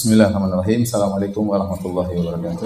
Bismillahirrahmanirrahim. Assalamualaikum warahmatullahi wabarakatuh.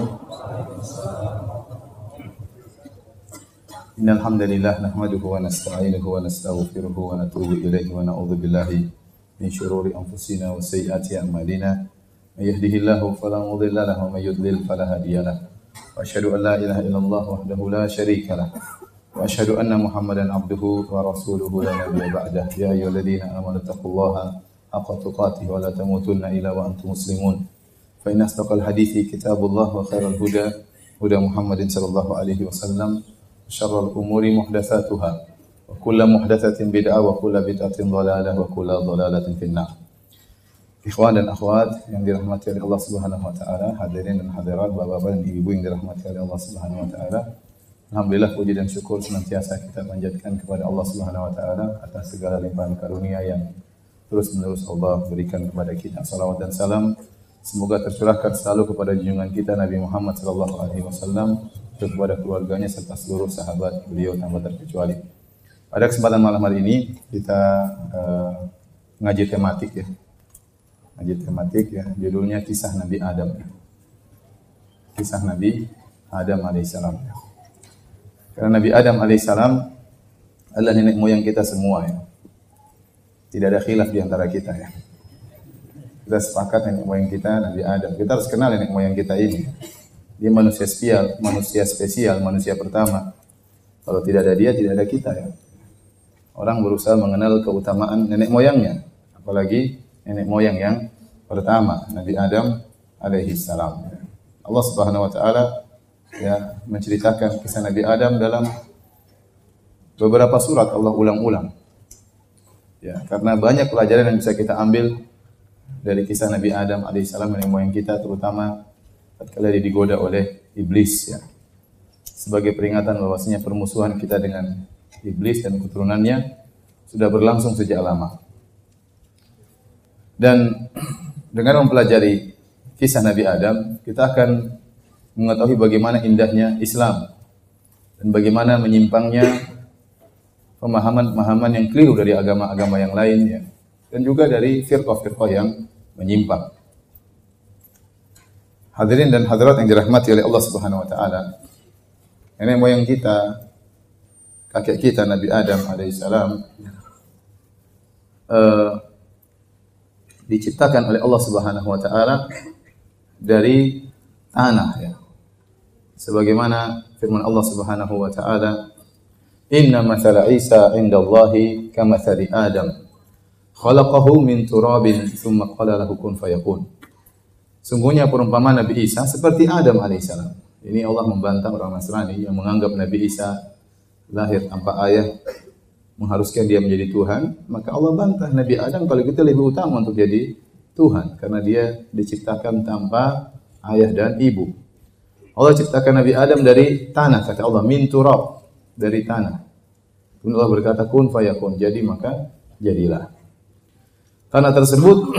Innal hamdalillah nahmaduhu wa nasta'inuhu wa nastaghfiruhu wa natubu ilaihi wa na'udzu billahi min shururi anfusina wa sayyiati a'malina. May yahdihillahu fala mudilla lahu wa may yudlil fala hadiya lahu. Wa asyhadu an la ilaha illallah wahdahu la syarika lah. Wa asyhadu anna Muhammadan abduhu wa rasuluhu la nabiyya ba'dah. Ya ayyuhalladzina amanu taqullaha haqqa tuqatih wa la tamutunna illa wa antum muslimun. Fa inna asdaqal hadithi kitabullah wa khairal huda huda Muhammadin sallallahu alaihi wasallam. Syarrul umuri muhdatsatuha wa kullu muhdatsatin bid'ah wa kullu bid'atin dhalalah wa kullu dhalalatin finnar. Ikhwan dan akhwat yang dirahmati oleh Allah Subhanahu wa taala, hadirin dan hadirat, bapak-bapak dan ibu yang dirahmati oleh Allah Subhanahu wa taala. Alhamdulillah, puji dan syukur senantiasa kita panjatkan kepada Allah Subhanahu wa taala atas segala limpahan karunia yang terus-menerus Allah berikan kepada kita. Salawat dan salam semoga tercurahkan selalu kepada junjungan kita Nabi Muhammad sallallahu alaihi wasallam, kepada keluarganya serta seluruh sahabat beliau tanpa terkecuali. Pada kesempatan malam hari ini kita ngaji tematik ya. Ngaji tematik ya, judulnya kisah Nabi Adam. Kisah Nabi Adam alaihissalam. Karena Nabi Adam alaihissalam adalah nenek moyang kita semua ya. Tidak ada khilaf di antara kita ya. Kita sepakat nenek moyang kita Nabi Adam. Kita harus kenal nenek moyang kita ini. Dia manusia spesial, manusia pertama. Kalau tidak ada dia, tidak ada kita ya. Orang berusaha mengenal keutamaan nenek moyangnya, apalagi nenek moyang yang pertama, Nabi Adam alaihi salam. Allah Subhanahu wa taala ya menceritakan kisah Nabi Adam dalam beberapa surat, Allah ulang-ulang. Ya, karena banyak pelajaran yang bisa kita ambil dari kisah Nabi Adam alaihissalam, nenek moyang kita, terutama tatkala dia digoda oleh iblis ya. Sebagai peringatan bahwasanya permusuhan kita dengan iblis dan keturunannya sudah berlangsung sejak lama. Dan dengan mempelajari kisah Nabi Adam, kita akan mengetahui bagaimana indahnya Islam dan bagaimana menyimpangnya pemahaman-pemahaman yang keliru dari agama-agama yang lain ya, dan juga dari firqah-firqah yang menyimpang. Hadirin dan hadirat yang dirahmati oleh Allah Subhanahu wa taala, nenek moyang kita, kakek kita Nabi Adam alaihissalam diciptakan oleh Allah Subhanahu wa taala dari tanah ya. Sebagaimana firman Allah Subhanahu wa taala, Inna mathala Isa indallahi kamathali Adam khalaqahu min turabin thumma qala lahu kun fayakun. Sungguhnya perumpamaan Nabi Isa seperti Adam alaihissalam. Ini Allah membantah orang Nasrani yang menganggap Nabi Isa lahir tanpa ayah mengharuskan dia menjadi Tuhan. Maka Allah bantah Nabi Adam kalau kita lebih utama untuk jadi Tuhan, karena dia diciptakan tanpa ayah dan ibu. Allah ciptakan Nabi Adam dari tanah, kata Allah, min turab, dari tanah. Kemudian Allah berkata kun fayakun, jadi maka jadilah. Tanah tersebut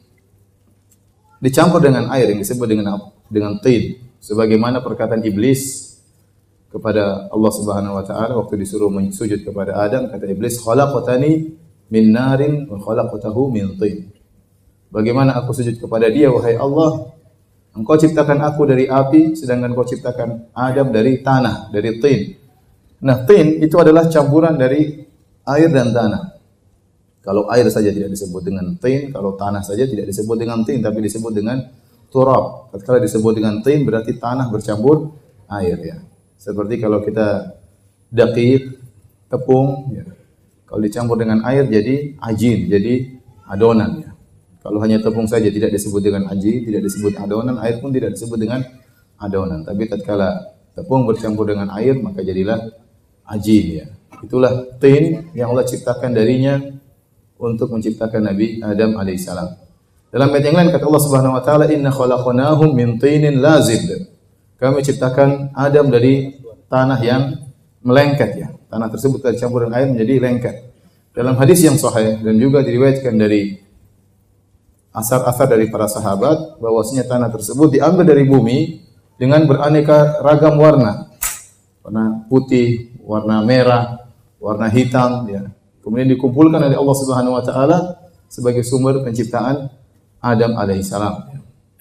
dicampur dengan air yang disebut dengan tin, sebagaimana perkataan iblis kepada Allah Subhanahu wa taala waktu disuruh sujud kepada Adam, kata iblis, khalaqtani min narin wa khalaqtahu min tin. Bagaimana aku sujud kepada dia wahai Allah? Engkau ciptakan aku dari api, sedangkan kau ciptakan Adam dari tanah, dari tin. Nah, tin itu adalah campuran dari air dan tanah. Kalau air saja tidak disebut dengan tin, kalau tanah saja tidak disebut dengan tin, tapi disebut dengan turab. Ketika disebut dengan tin berarti tanah bercampur air ya. Seperti kalau kita daqiq, tepung ya. Kalau dicampur dengan air jadi ajin, jadi adonan ya. Kalau hanya tepung saja tidak disebut dengan ajin, tidak disebut adonan, air pun tidak disebut dengan adonan. Tapi tatkala tepung bercampur dengan air maka jadilah ajin ya. Itulah tin yang Allah ciptakan darinya untuk menciptakan Nabi Adam alaihissalam. Dalam ayat yang lain kata Allah Subhanahu wa taala, inna khalaqnahum min tinin lazib. Kami ciptakan Adam dari tanah yang melengket ya. Tanah tersebut tercampur dengan air menjadi lengket. Dalam hadis yang sahih dan juga diriwayatkan dari asar-asar dari para sahabat bahwasanya tanah tersebut diambil dari bumi dengan beraneka ragam warna. Warna putih, warna merah, warna hitam ya. Kemudian dikumpulkan oleh Allah Subhanahu wa taala sebagai sumber penciptaan Adam alaihissalam.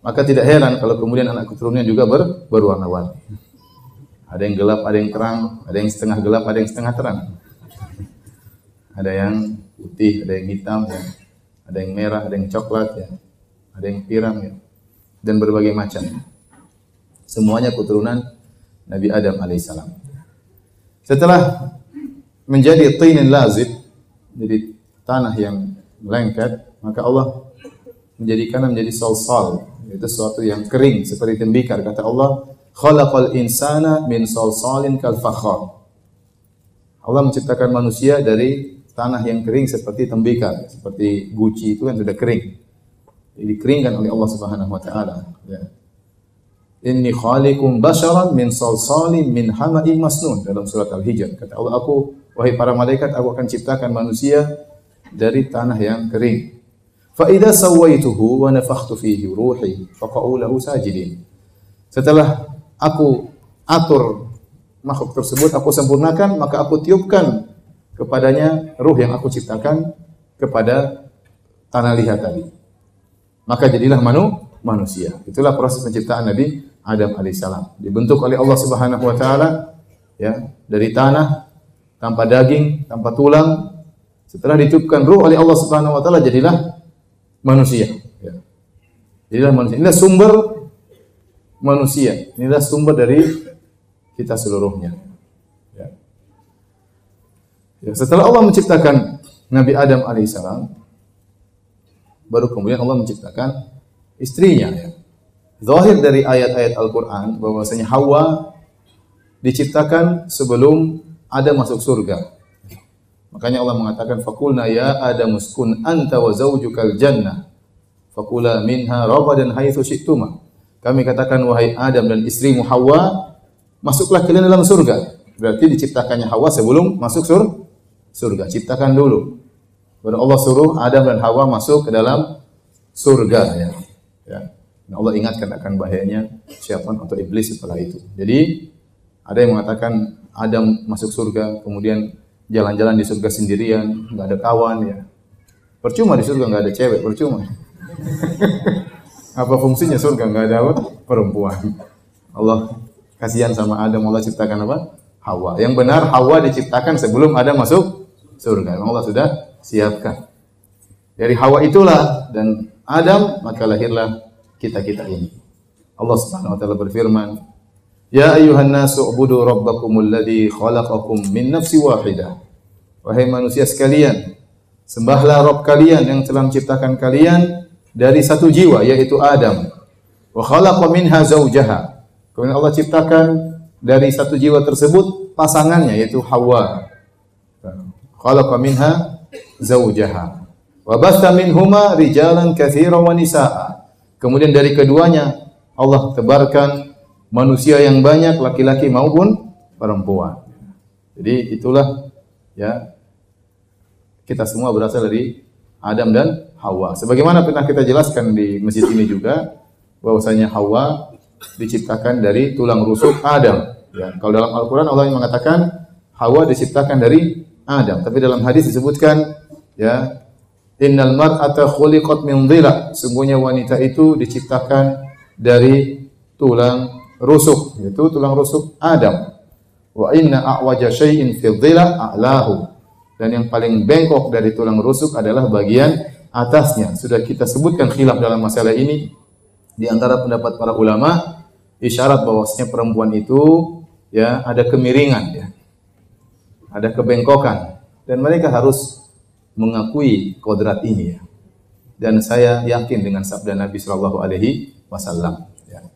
Maka tidak heran kalau kemudian anak keturunannya juga berwarna-warni. Ada yang gelap, ada yang terang, ada yang setengah gelap, ada yang setengah terang. Ada yang putih, ada yang hitam, ya. Ada yang merah, ada yang coklat, ya. Ada yang pirang, ya. Dan berbagai macam. Semuanya keturunan Nabi Adam alaihissalam. Setelah menjadi tinin lazib, jadi tanah yang lengket, maka Allah menjadikannya menjadi salsal, yaitu sesuatu yang kering seperti tembikar. Kata Allah, khalaqal insana min salsalin kal fakhar. Allah menciptakan manusia dari tanah yang kering seperti tembikar, seperti guci itu kan sudah kering. Jadi dikeringkan oleh Allah Subhanahu wa taala, ya. Inni khaliqum basharan min salsalin min hama'in masnun dalam surat Al-Hijr. Kata Allah, aku wahai para malaikat, aku akan ciptakan manusia dari tanah yang kering. Fa idza sawaituhu wa nafakhtu fihi ruhi faqa'u lahu sajidin. Setelah aku atur makhluk tersebut, aku sempurnakan, maka aku tiupkan kepadanya ruh yang aku ciptakan kepada tanah liat tadi. Maka jadilah manusia. Itulah proses penciptaan Nabi Adam alaihissalam. Dibentuk oleh Allah Subhanahu wa taala, ya, dari tanah, tanpa daging, tanpa tulang. Setelah ditiupkan ruh oleh Allah Subhanahu wa taala, jadilah manusia, ya. Jadilah manusia. Inilah sumber manusia. Inilah sumber dari kita seluruhnya. Ya. Ya, setelah Allah menciptakan Nabi Adam alaihissalam, baru kemudian Allah menciptakan istrinya, ya. Zahir dari ayat-ayat Al-Quran bahwasanya Hawa diciptakan sebelum Adam masuk surga. Makanya Allah mengatakan, Fakulna ya Adam uskun anta wa zawjukal jannah fakula minha ragadan haitsu syi'tuma. Kami katakan, wahai Adam dan istrimu Hawa, masuklah kalian dalam surga. Berarti diciptakannya Hawa sebelum masuk surga. Ciptakan dulu. Baru Allah suruh Adam dan Hawa masuk ke dalam surga, ya. Ya. Nah, Allah ingatkan akan bahayanya syaitan atau iblis setelah itu. Jadi ada yang mengatakan Adam masuk surga, kemudian jalan-jalan di surga sendirian, nggak ada kawan, ya. Percuma di surga nggak ada cewek, percuma. Apa fungsinya surga nggak ada perempuan? Allah kasihan sama Adam, Allah ciptakan apa? Hawa. Yang benar Hawa diciptakan sebelum Adam masuk surga. Allah sudah siapkan. Dari Hawa itulah dan Adam maka lahirlah kita-kita ini. Allah Subhanahu wa taala berfirman, "Ya ayyuhan nasu ubudu rabbakumul ladzi khalaqakum min nafsin wahidah." Wahai manusia sekalian, sembahlah Rabb kalian yang telah menciptakan kalian dari satu jiwa, yaitu Adam. Wa khalaqa minha zawjaha. Kemudian Allah ciptakan dari satu jiwa tersebut pasangannya, yaitu Hawa. Khalaqa minha zawjaha. Wa batha minhuma rijalan katsiran wa nisaa. Kemudian dari keduanya Allah tebarkan manusia yang banyak, laki-laki maupun perempuan. Jadi itulah, ya, kita semua berasal dari Adam dan Hawa. Sebagaimana pernah kita jelaskan di masjid ini juga, bahwasanya Hawa diciptakan dari tulang rusuk Adam. Ya, kalau dalam Al-Quran Allah mengatakan Hawa diciptakan dari Adam. Tapi dalam hadis disebutkan, ya, innal mar'ata khuliqat min dhila. Sungguhnya wanita itu diciptakan dari tulang rusuk, yaitu tulang rusuk Adam. Wa inna a'waja syai'in fi dhila a'lahu. Dan yang paling bengkok dari tulang rusuk adalah bagian atasnya. Sudah kita sebutkan khilaf dalam masalah ini. Di antara pendapat para ulama, isyarat bahwasanya perempuan itu, ya, ada kemiringan, ya. Ada kebengkokan dan mereka harus mengakui kodrat ini, ya. Dan saya yakin dengan sabda Nabi sallallahu alaihi wasallam, ya.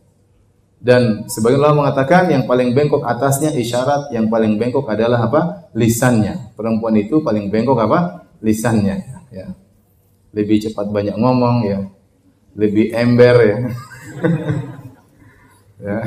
Dan sebagian ulama mengatakan yang paling bengkok atasnya isyarat, yang paling bengkok adalah apa? Lisannya. Perempuan itu paling bengkok apa? Lisannya, ya. Lebih cepat banyak ngomong, ya. Lebih ember, ya. Ya.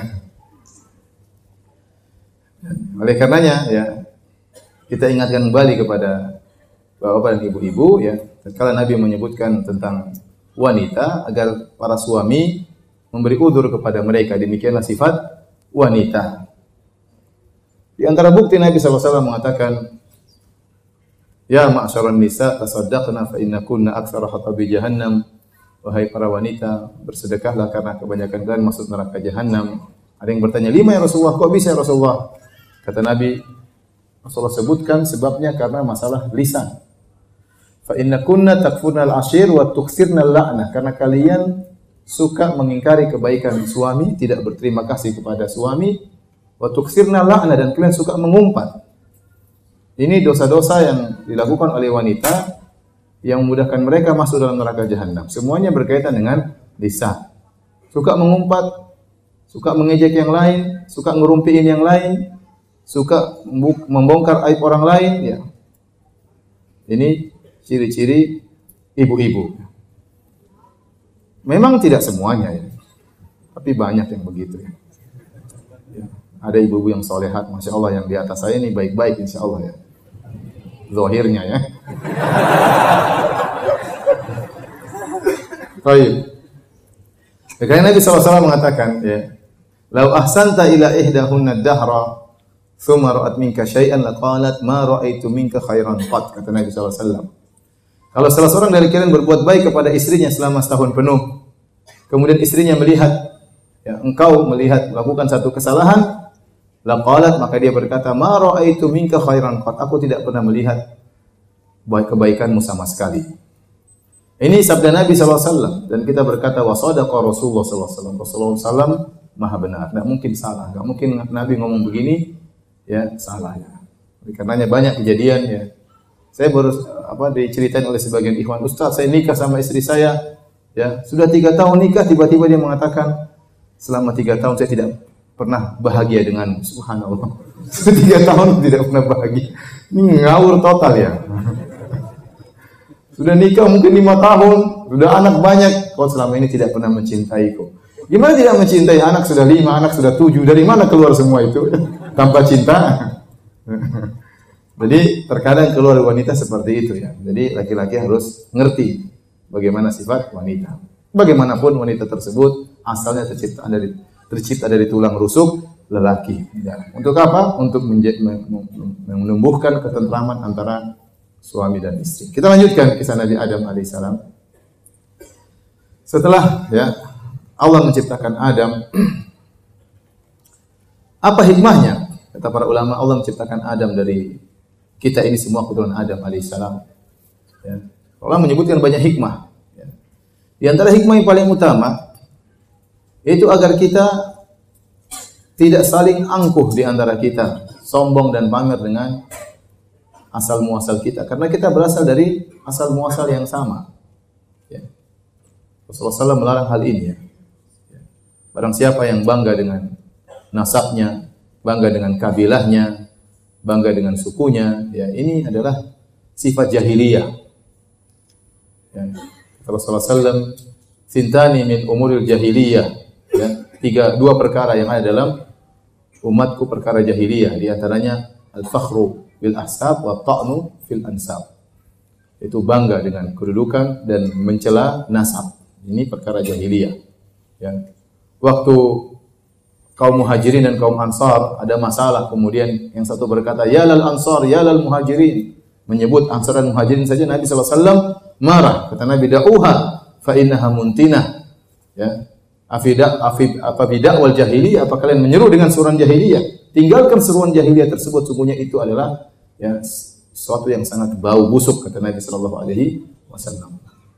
Oleh karenanya, ya, kita ingatkan kembali kepada bapak dan ibu-ibu, ya, tatkala Nabi menyebutkan tentang wanita agar para suami memberi udzur kepada mereka. Demikianlah sifat wanita. Di antara bukti Nabi SAW mengatakan, "Ya ma'syaran nisa tasaddaqna fa innakunna aktsara hatabi jahannam wahai para wanita, bersedekahlah karena kebanyakan kalian masuk neraka jahanam. Ada yang bertanya, 5 ya Rasulullah, kok bisa ya Rasulullah? Kata Nabi, Rasulullah sebutkan sebabnya karena masalah lisan. Fa inna kunna takfurnal ashir wa tukthirnal la'nah. Karena kalian suka mengingkari kebaikan suami, tidak berterima kasih kepada suami, wa tukthirnal la'nah, dan kalian suka mengumpat. Ini dosa-dosa yang dilakukan oleh wanita yang memudahkan mereka masuk dalam neraka jahanam. Semuanya berkaitan dengan lisan. Suka mengumpat, suka mengejek yang lain, suka ngerumpiin yang lain, suka membongkar aib orang lain, ya. Ini ciri-ciri ibu-ibu. Memang tidak semuanya ya, tapi banyak yang begitu ya. Ada ibu-ibu yang solehat, masya Allah, yang di atas saya ini baik-baik, insya Allah ya. Zahirnya ya. Baik. Karena Nabi SAW mengatakan, ya, "Lau ahsanta ila ihdahunna dahra, thumma ra'at minka syai'an laqalat ma ra'aitu minka khairan qat," kata Nabi SAW. Kalau salah seorang dari kalian berbuat baik kepada istrinya selama setahun penuh, kemudian istrinya melihat, ya, engkau melakukan satu kesalahan, laqalat, maka dia berkata, ma ra'aitu minka khairan qat, aku tidak pernah melihat kebaikanmu sama sekali. Ini sabda Nabi SAW, dan kita berkata, wa sadaqa Rasulullah SAW. Rasulullah SAW maha benar, tidak mungkin salah, tidak mungkin Nabi ngomong begini, ya salah ya. Karenanya banyak kejadian ya. Saya baru diceritain oleh sebagian ikhwan, Ustaz, saya nikah sama istri saya, ya sudah 3 tahun nikah, tiba-tiba dia mengatakan, selama 3 tahun saya tidak pernah bahagia dengan, subhanallah. 3 tahun tidak pernah bahagia. Ini ngawur total ya. Sudah nikah mungkin 5 tahun, sudah anak banyak, kau selama ini tidak pernah mencintaiku. Gimana tidak mencintai? Anak sudah 5, anak sudah 7, dari mana keluar semua itu? Tanpa cinta. Jadi terkadang keluar wanita seperti itu ya. Jadi laki-laki harus ngerti bagaimana sifat wanita. Bagaimanapun wanita tersebut asalnya tercipta dari tulang rusuk lelaki. Ya. Untuk apa? Untuk menumbuhkan ketentraman antara suami dan istri. Kita lanjutkan kisah Nabi Adam alaihissalam. Setelah ya Allah menciptakan Adam, apa hikmahnya? Kata para ulama, Allah menciptakan Adam dari kita ini semua keturunan Adam alaihissalam. Ya. Allah menyebutkan banyak hikmah. Ya. Di antara hikmah yang paling utama yaitu agar kita tidak saling angkuh di antara kita, sombong dan pamer dengan asal muasal kita, karena kita berasal dari asal muasal yang sama. Ya. Rasulullah SAW melarang hal ini. Ya. Barang siapa yang bangga dengan nasabnya, bangga dengan kabilahnya, bangga dengan sukunya, ya ini adalah sifat jahiliyah. Ya. Rasulullah SAW, "Sintani min umuril jahiliyah." Ya, 2 perkara yang ada dalam umatku, perkara jahiliyah, di antaranya al-fakhru bil ahsab wa ta'nu fil ansab. Itu bangga dengan kedudukan dan mencela nasab. Ini perkara jahiliyah. Ya. Waktu kaum muhajirin dan kaum ansar ada masalah, kemudian yang satu berkata, ya lal ansar, ya lal muhajirin, menyebut ansar dan muhajirin saja, Nabi SAW marah. Kata Nabi, da'uha fa innaha muntinah. Ya. Apa bidah wal jahiliyah, apa kalian menyeru dengan seruan jahiliyah? Tinggalkan seruan jahiliyah tersebut, sungguhnya itu adalah ya sesuatu yang sangat bau busuk, kata Nabi SAW.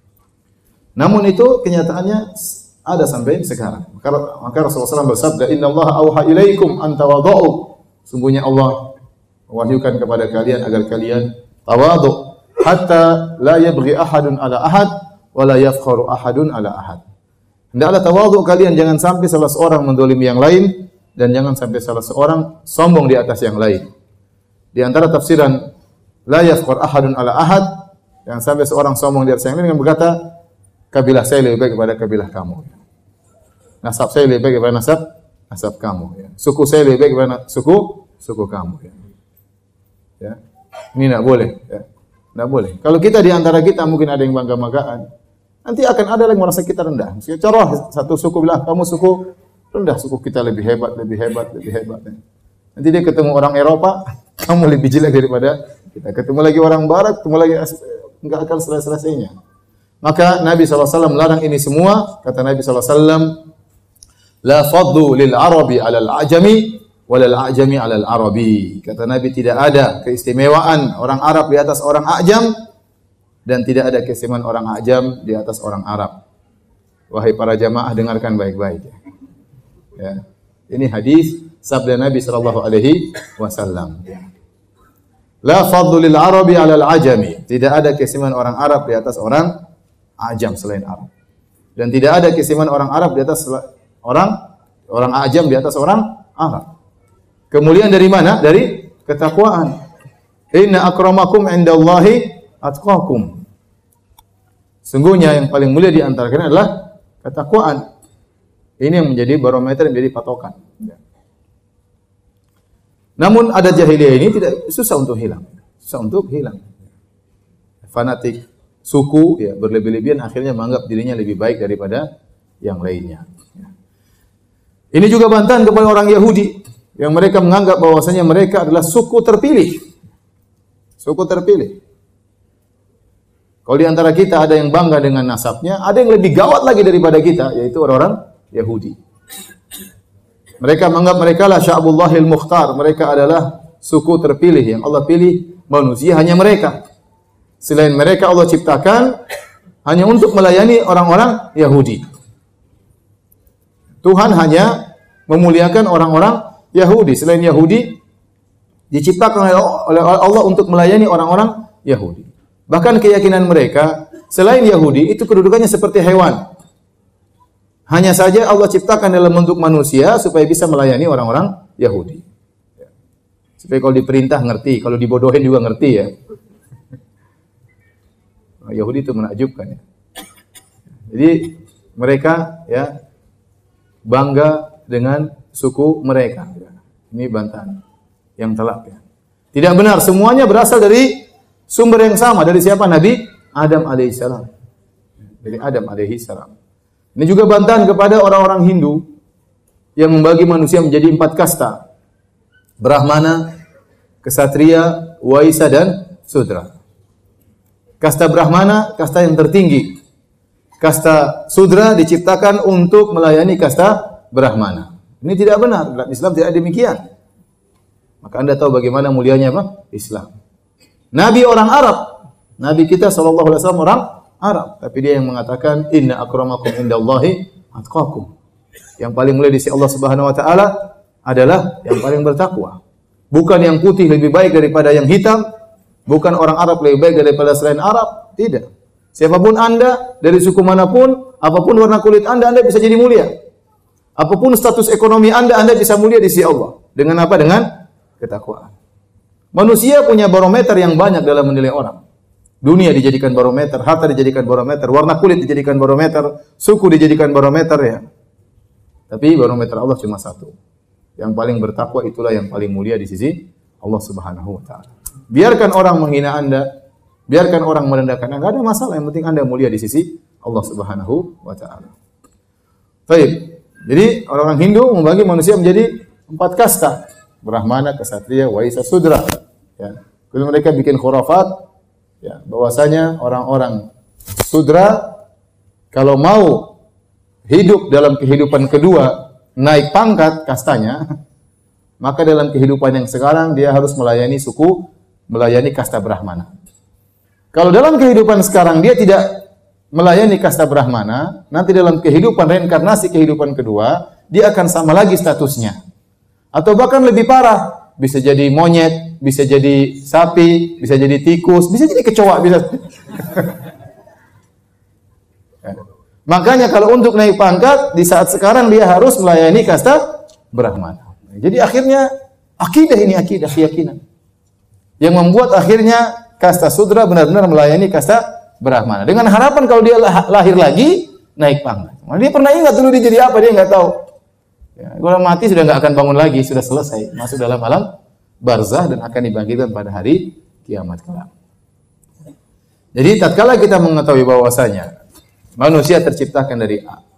Namun itu kenyataannya ada sampai sekarang. Maka Rasulullah SAW bersabda, Inna Allah awha ilaikum an tawadhu. Sungguhnya Allah mewahyukan kepada kalian agar kalian tawadhu, hatta la yabghi ahadun ala ahad, wa la yafkharu ahadun ala ahad. Hendaklah tawadhu kalian, jangan sampai salah seorang mendolimi yang lain, dan jangan sampai salah seorang sombong di atas yang lain. Di antara tafsiran la yafkhar ahadun ala ahad, jangan sampai seorang sombong di atas yang lain dengan berkata, kabilah saya lebih baik daripada kabilah kamu. Nasab saya lebih baik daripada nasab kamu. Suku saya lebih baik daripada suku kamu. Ya. Ini tidak boleh. Ya. Tidak boleh. Kalau kita di antara kita mungkin ada yang bangga-banggaan, nanti akan ada yang merasa kita rendah. Contoh satu suku bilang, kamu suku rendah, suku kita lebih hebat. Nanti dia ketemu orang Eropa, kamu lebih jelek daripada kita. Ketemu lagi orang Barat, ketemu lagi, enggak akan selesai-selesainya. Maka Nabi SAW melarang ini semua. Kata Nabi SAW, la fadlu lil Arabi alal ajami, walal ajami alal Arabi. Kata Nabi, tidak ada keistimewaan orang Arab di atas orang Ajam, dan tidak ada keistimewaan orang Ajam di atas orang Arab. Wahai para jamaah, dengarkan baik-baik. Ya. Ini hadis sabda Nabi SAW. La fadlu lil Arabi alal ajami. Tidak ada keistimewaan orang Arab di atas orang Ajam selain Arab. Dan tidak ada keistimewaan orang Arab di atas orang Ajam di atas orang Arab. Kemuliaan dari mana? Dari ketakwaan. Inna akramakum indallahi atqakum. Sungguhnya yang paling mulia di antara kalian adalah ketakwaan. Ini yang menjadi barometer, yang menjadi patokan. Namun ada jahiliyah ini susah untuk hilang. Susah untuk hilang. Fanatik suku ya berlebih-lebihan akhirnya menganggap dirinya lebih baik daripada yang lainnya. Ini juga bantahan kepada orang Yahudi yang mereka menganggap bahwasanya mereka adalah suku terpilih. Suku terpilih. Kalau di antara kita ada yang bangga dengan nasabnya, ada yang lebih gawat lagi daripada kita, yaitu orang-orang Yahudi. Mereka menganggap mereka lah sya'bullahil mukhtar, mereka adalah suku terpilih yang Allah pilih manusia hanya mereka. Selain mereka Allah ciptakan hanya untuk melayani orang-orang Yahudi. Tuhan hanya memuliakan orang-orang Yahudi. Selain Yahudi diciptakan oleh Allah untuk melayani orang-orang Yahudi. Bahkan keyakinan mereka selain Yahudi itu kedudukannya seperti hewan. Hanya saja Allah ciptakan dalam bentuk manusia supaya bisa melayani orang-orang Yahudi. Supaya kalau diperintah ngerti, kalau dibodohin juga ngerti ya. Yahudi itu menakjubkan ya. Jadi mereka ya bangga dengan suku mereka. Ini bantahan yang telak ya. Tidak benar, semuanya berasal dari sumber yang sama. Dari siapa? Nabi Adam alaihissalam. Dari Adam alaihissalam. Ini juga bantahan kepada orang-orang Hindu yang membagi manusia menjadi 4 kasta. Brahmana, Ksatria, Waisa, dan Sudra. Kasta Brahmana, kasta yang tertinggi. Kasta Sudra diciptakan untuk melayani kasta Brahmana. Ini tidak benar. Dalam Islam tidak demikian. Maka Anda tahu bagaimana mulianya apa? Islam. Nabi orang Arab. Nabi kita SAW orang Arab. Tapi dia yang mengatakan, Inna akramakum indallahi atqakum. Yang paling mulia di sisi Allah Subhanahu Wa Taala adalah yang paling bertakwa. Bukan yang putih lebih baik daripada yang hitam. Bukan orang Arab lebih baik daripada selain Arab. Tidak. Siapapun Anda, dari suku manapun, apapun warna kulit Anda bisa jadi mulia. Apapun status ekonomi Anda bisa mulia di sisi Allah. Dengan apa? Dengan ketakwaan. Manusia punya barometer yang banyak dalam menilai orang. Dunia dijadikan barometer, harta dijadikan barometer, warna kulit dijadikan barometer, suku dijadikan barometer ya. Tapi barometer Allah cuma satu. Yang paling bertakwa itulah yang paling mulia di sisi Allah Subhanahu wa taala. Biarkan orang menghina Anda, biarkan orang merendahkan Anda, enggak ada masalah, yang penting Anda mulia di sisi Allah Subhanahu wa taala. Baik. Jadi orang-orang Hindu membagi manusia menjadi 4 kasta. Brahmana, Ksatria, Waisa, Sudra. Ya. Kemudian mereka bikin khurafat ya, bahwasanya orang-orang Sudra kalau mau hidup dalam kehidupan kedua, naik pangkat kastanya, maka dalam kehidupan yang sekarang dia harus melayani kasta Brahmana. Kalau dalam kehidupan sekarang dia tidak melayani kasta Brahmana, nanti dalam kehidupan reinkarnasi kehidupan kedua, dia akan sama lagi statusnya. Atau bahkan lebih parah, bisa jadi monyet, bisa jadi sapi, bisa jadi tikus, bisa jadi kecoa, bisa. Makanya kalau untuk naik pangkat, di saat sekarang dia harus melayani kasta Brahmana. Jadi akhirnya akidah keyakinan. Yang membuat akhirnya kasta Sudra benar-benar melayani kasta Brahmana. Dengan harapan kalau dia lahir lagi, naik pangkat. Dia pernah ingat dulu dia jadi apa, dia nggak tahu. Ya, kalau mati sudah nggak akan bangun lagi, sudah selesai. Masuk dalam alam barzah dan akan dibangkitkan pada hari kiamat kelak. Jadi tatkala kita mengetahui bahwasanya manusia terciptakan dari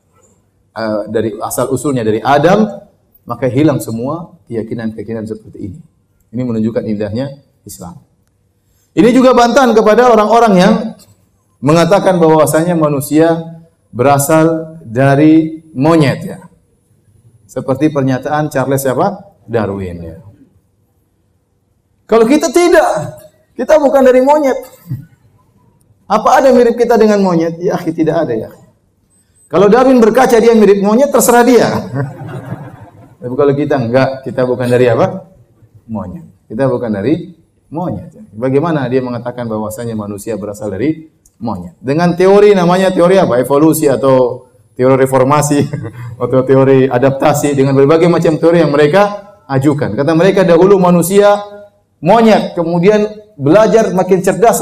asal usulnya dari Adam, maka hilang semua keyakinan-keyakinan seperti ini. Ini menunjukkan indahnya Islam. Ini juga bantahan kepada orang-orang yang mengatakan bahwasanya manusia berasal dari monyet ya. Seperti pernyataan Charles Darwin ya. Kalau kita tidak, kita bukan dari monyet. Apa ada mirip kita dengan monyet? Ya, tidak ada ya. Kalau Darwin berkaca dia mirip monyet, terserah dia. Tapi kalau kita enggak, kita bukan dari monyet. Kita bukan dari monyet. Bagaimana dia mengatakan bahwasanya manusia berasal dari monyet? Dengan teori namanya teori evolusi atau teori reformasi atau teori adaptasi, dengan berbagai macam teori yang mereka ajukan. Kata mereka dahulu manusia monyet, kemudian belajar makin cerdas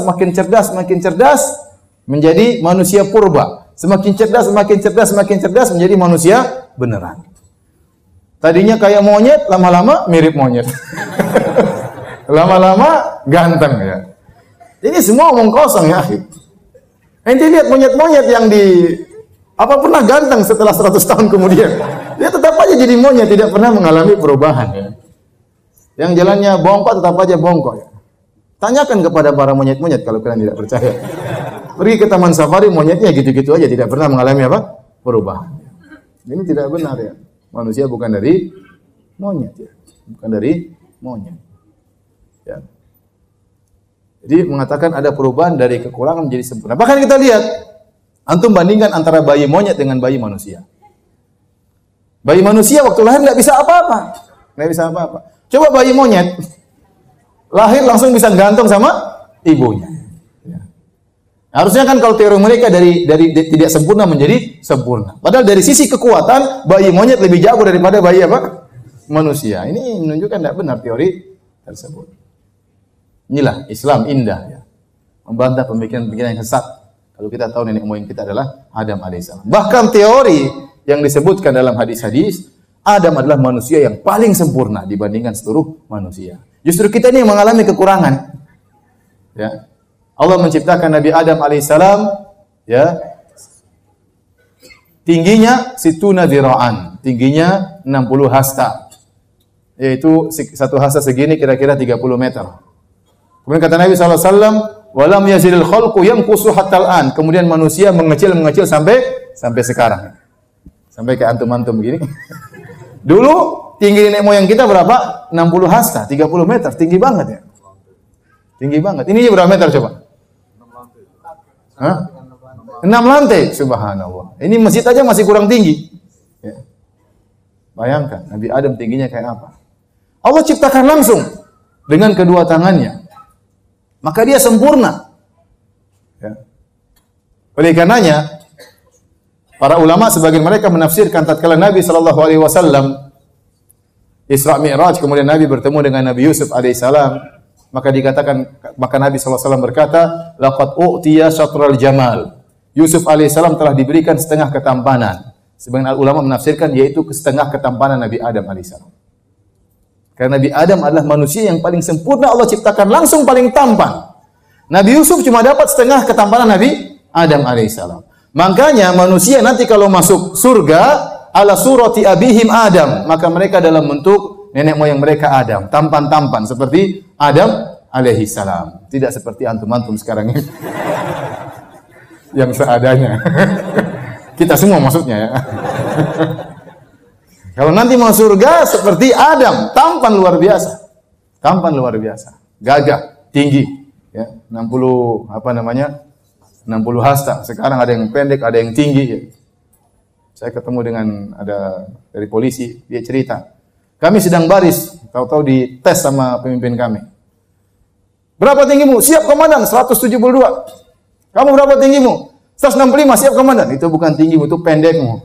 menjadi manusia purba. Semakin cerdas menjadi manusia beneran. Tadinya kayak monyet, lama-lama mirip monyet. Lama-lama ganteng ya. Ini semua omong kosong ya. Ente lihat monyet-monyet yang pernah ganteng setelah 100 tahun kemudian. Dia tetap aja jadi monyet, tidak pernah mengalami perubahan ya. Yang jalannya bongkok tetap aja bongkok ya. Tanyakan kepada para monyet-monyet kalau kalian tidak percaya. Pergi ke taman safari, monyetnya gitu-gitu aja, tidak pernah mengalami perubahan. Ini tidak benar ya. Manusia bukan dari monyet ya. Bukan dari monyet. Ya. Jadi mengatakan ada perubahan dari kekurangan menjadi sempurna. Bahkan kita lihat, antum bandingkan antara bayi monyet dengan bayi manusia. Bayi manusia waktu lahir nggak bisa apa-apa. Coba bayi monyet lahir langsung bisa gantung sama ibunya. Ya. Harusnya kan kalau teori mereka dari tidak sempurna menjadi sempurna. Padahal dari sisi kekuatan bayi monyet lebih jago daripada bayi manusia. Ini menunjukkan tidak benar teori tersebut. Inilah Islam indah ya. Membantah pemikiran-pemikiran yang sesat. Kalau kita tahu nenek moyang kita adalah Adam alaihissalam. Bahkan teori yang disebutkan dalam hadis-hadis, Adam adalah manusia yang paling sempurna dibandingkan seluruh manusia. Justru kita ini yang mengalami kekurangan. Ya. Allah menciptakan Nabi Adam alaihissalam, ya, tingginya situna dzira'an, tingginya 60 hasta. Yaitu satu hasta segini kira-kira 30 meter. Kemudian kata Nabi SAW, walam yazilil khalqu yanqusu hatta al-an. Kemudian manusia mengecil sampai sekarang. Sampai ke antum-antum begini. Dulu tinggi nenek moyang kita berapa? 60 hasta, 30 meter, tinggi banget ya. Tinggi banget. Ini berapa meter coba? 6 lantai, subhanallah. Ini masjid aja masih kurang tinggi. Ya. Bayangkan, Nabi Adam tingginya kayak apa? Allah ciptakan langsung dengan kedua tangannya. Maka dia sempurna. Ya. Oleh karenanya, para ulama sebagian mereka menafsirkan tatkala Nabi SAW Isra Mi'raj, kemudian Nabi bertemu dengan Nabi Yusuf alaihissalam. Maka Nabi SAW berkata, laqad u'tiya syatral jamal. Yusuf alaihissalam telah diberikan setengah ketampanan. Sebagian ulama menafsirkan yaitu setengah ketampanan Nabi Adam alaihissalam. Karena Nabi Adam adalah manusia yang paling sempurna, Allah ciptakan langsung paling tampan. Nabi Yusuf cuma dapat setengah ketampanan Nabi Adam alaihissalam. Makanya manusia nanti kalau masuk surga ala surati abihim Adam, maka mereka dalam bentuk nenek moyang mereka Adam, tampan-tampan seperti Adam alaihi salam. Tidak seperti antum-antum sekarang ini. Yang seadanya. Kita semua maksudnya ya. Kalau nanti mau surga seperti Adam, tampan luar biasa. Tampan luar biasa. Gagah, tinggi, ya. 60 hasta. Sekarang ada yang pendek, ada yang tinggi ya. Saya ketemu dengan ada dari polisi, dia cerita. Kami sedang baris, tahu-tahu dites sama pemimpin kami. Berapa tinggimu? Siap komandan, 172. Kamu berapa tinggimu? 165, siap komandan. Itu bukan tinggimu, itu pendekmu.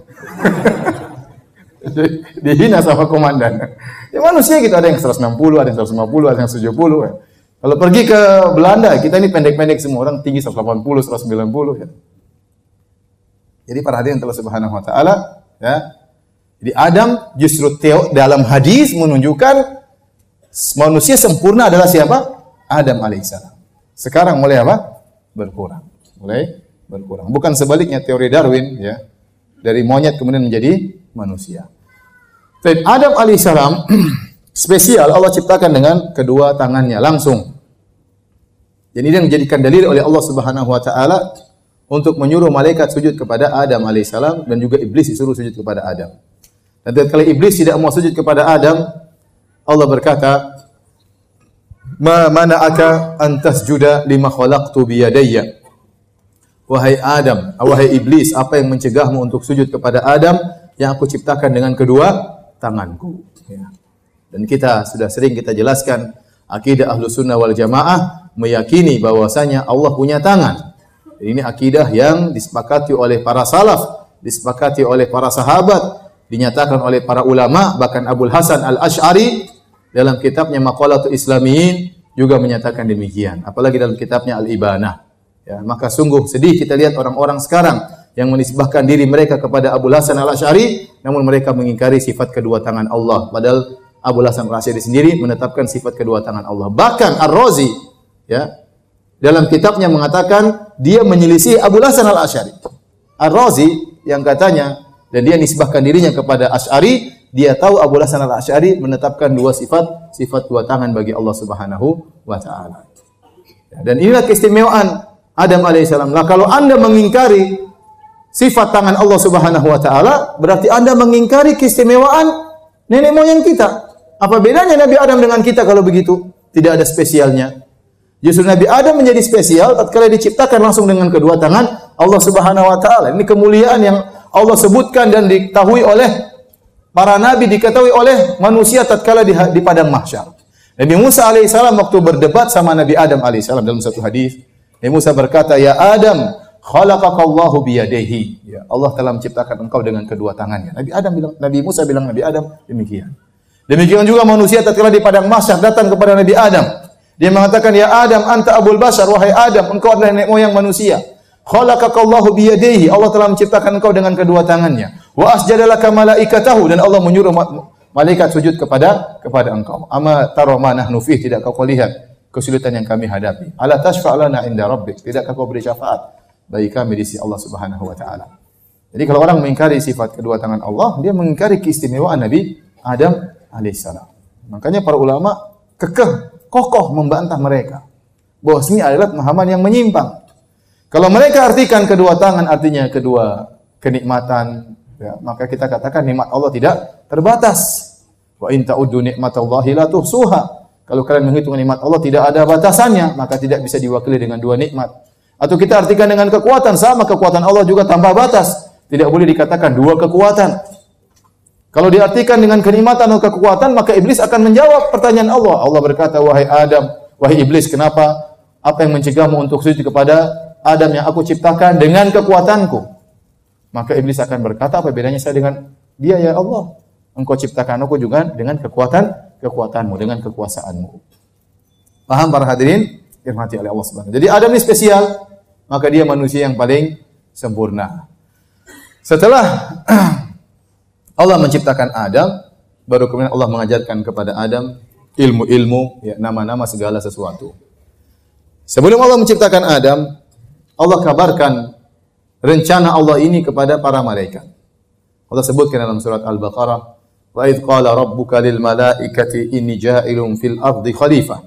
Dihina sama komandan. Ya manusia gitu, ada yang 160, ada yang 150, ada yang 70. Ya. Kalau pergi ke Belanda, kita ini pendek-pendek semua, orang tinggi 180, 190 ya. Jadi para hadirin Allah Subhanahu wa taala, ya. Jadi Adam justru dalam hadis menunjukkan manusia sempurna adalah siapa? Adam alaihissalam. Sekarang mulai apa? Berkurang. Mulai berkurang. Bukan sebaliknya teori Darwin ya. Dari monyet kemudian menjadi manusia. Dan Adam alaihissalam spesial Allah ciptakan dengan kedua tangannya langsung. Jadi ini yang dijadikan dalil oleh Allah Subhanahu wa taala untuk menyuruh malaikat sujud kepada Adam alaihissalam dan juga iblis disuruh sujud kepada Adam. Dan tatkala iblis tidak mau sujud kepada Adam, Allah berkata, "Ma mana'aka an tasjuda lima khalaqtu bi yadayya?" Wahai Adam, wahai iblis, apa yang mencegahmu untuk sujud kepada Adam yang aku ciptakan dengan kedua tanganku? Ya. Dan kita sudah sering kita jelaskan, akidah Ahlussunnah wal Jamaah meyakini bahwasanya Allah punya tangan. Ini akidah yang disepakati oleh para salaf, disepakati oleh para sahabat, dinyatakan oleh para ulama, bahkan Abul Hasan Al-Asy'ari dalam kitabnya Maqalatul Islamiyin juga menyatakan demikian. Apalagi dalam kitabnya Al-Ibanah. Ya, maka sungguh sedih kita lihat orang-orang sekarang yang menisbahkan diri mereka kepada Abul Hasan Al-Asy'ari, namun mereka mengingkari sifat kedua tangan Allah. Padahal Abul Hasan Al-Asy'ari sendiri menetapkan sifat kedua tangan Allah. Bahkan Ar-Razi, ya, dalam kitabnya mengatakan dia menyelisih Abul Hasan Al-Asy'ari. Ar-Razi yang katanya dan dia nisbahkan dirinya kepada Asy'ari, dia tahu Abul Hasan Al-Asy'ari menetapkan dua sifat dua tangan bagi Allah Subhanahu wa taala. Dan inilah keistimewaan Adam alaihissalam. Nah, kalau Anda mengingkari sifat tangan Allah Subhanahu wa taala, berarti Anda mengingkari keistimewaan nenek moyang kita. Apa bedanya Nabi Adam dengan kita kalau begitu? Tidak ada spesialnya. Justru Nabi Adam menjadi spesial tatkala diciptakan langsung dengan kedua tangan Allah Subhanahu wa taala. Ini kemuliaan yang Allah sebutkan dan diketahui oleh para nabi, diketahui oleh manusia tatkala di padang mahsyar. Nabi Musa alaihissalam waktu berdebat sama Nabi Adam alaihissalam dalam satu hadis, Nabi Musa berkata, "Ya Adam, khalaqakallahu biyadayhi." Ya, Allah telah menciptakan engkau dengan kedua tangannya. Nabi Musa bilang Nabi Adam demikian. Demikian juga manusia tatkala di padang mahsyar datang kepada Nabi Adam. Dia mengatakan, "Ya Adam, anta abul bashar, wahai Adam, engkau adalah nenek moyang manusia. Khalaqakallahu biyadayhi." Allah telah menciptakan engkau dengan kedua tangannya. Wa asjadalaka malaikatahu, dan Allah menyuruh malaikat sujud kepada engkau. Ama tara ma nahnu fih, tidakkah kau lihat kesulitan yang kami hadapi? Ala tashfa' lana inda rabbik, tidakkah kau beri syafaat bagi kami di sisi Allah Subhanahu wa taala? Jadi kalau orang mengingkari sifat kedua tangan Allah, dia mengingkari keistimewaan Nabi Adam alaihissalam. Makanya para ulama kokoh membantah mereka bahwa ini adalah pemahaman yang menyimpang. Kalau mereka artikan kedua tangan artinya kedua kenikmatan, ya, maka kita katakan nikmat Allah tidak terbatas. Wa in ta'uddu nikmatallahi la tuhsuha. Kalau kalian menghitung nikmat Allah tidak ada batasannya, maka tidak bisa diwakili dengan dua nikmat. Atau kita artikan dengan kekuatan, sama kekuatan Allah juga tanpa batas. Tidak boleh dikatakan dua kekuatan. Kalau diartikan dengan kenikmatan atau kekuatan, maka iblis akan menjawab pertanyaan Allah. Allah berkata, "Wahai Adam, wahai iblis, kenapa? Apa yang mencegahmu untuk sujud kepada Adam yang aku ciptakan dengan kekuatanku?" Maka iblis akan berkata, "Apa bedanya saya dengan dia, ya Allah? Engkau ciptakan aku juga dengan kekuatanmu, dengan kekuasaanmu." Paham para hadirin? Dirahmati oleh Allah Subhanahu. Jadi Adam ini spesial, maka dia manusia yang paling sempurna. Setelah Allah menciptakan Adam, baru kemudian Allah mengajarkan kepada Adam ilmu-ilmu, ya, nama-nama segala sesuatu. Sebelum Allah menciptakan Adam, Allah kabarkan rencana Allah ini kepada para malaikat. Allah sebutkan dalam surat Al-Baqarah, "Wa idz qala rabbuka lil malaikati inni ja'ilun fil ardi khalifah."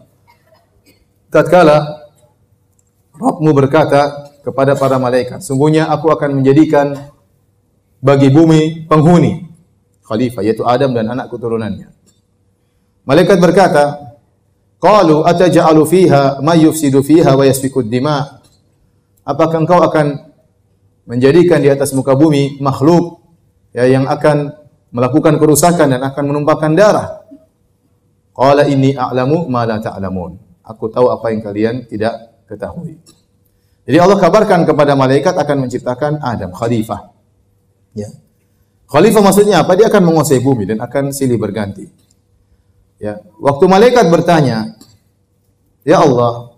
Tatkala Rabbmu berkata kepada para malaikat, "Sungguhnya aku akan menjadikan bagi bumi penghuni, khalifah, yaitu Adam dan anak keturunannya." Malaikat berkata, "Qalu ataj'alu fiha may yufsidu fiha wa yasfiku ad-dima'?" Apakah engkau akan menjadikan di atas muka bumi makhluk, ya, yang akan melakukan kerusakan dan akan menumpahkan darah? Qala inni a'lamu ma la ta'lamun. Aku tahu apa yang kalian tidak ketahui. Jadi Allah kabarkan kepada malaikat akan menciptakan Adam, khalifah. Ya. Khalifah maksudnya apa? Dia akan menguasai bumi dan akan silih berganti. Ya. Waktu malaikat bertanya, "Ya Allah,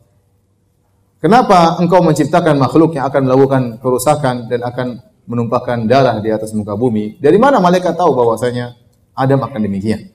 kenapa engkau menciptakan makhluk yang akan melakukan kerusakan dan akan menumpahkan darah di atas muka bumi?" Dari mana malaikat tahu bahwasanya Adam akan demikian?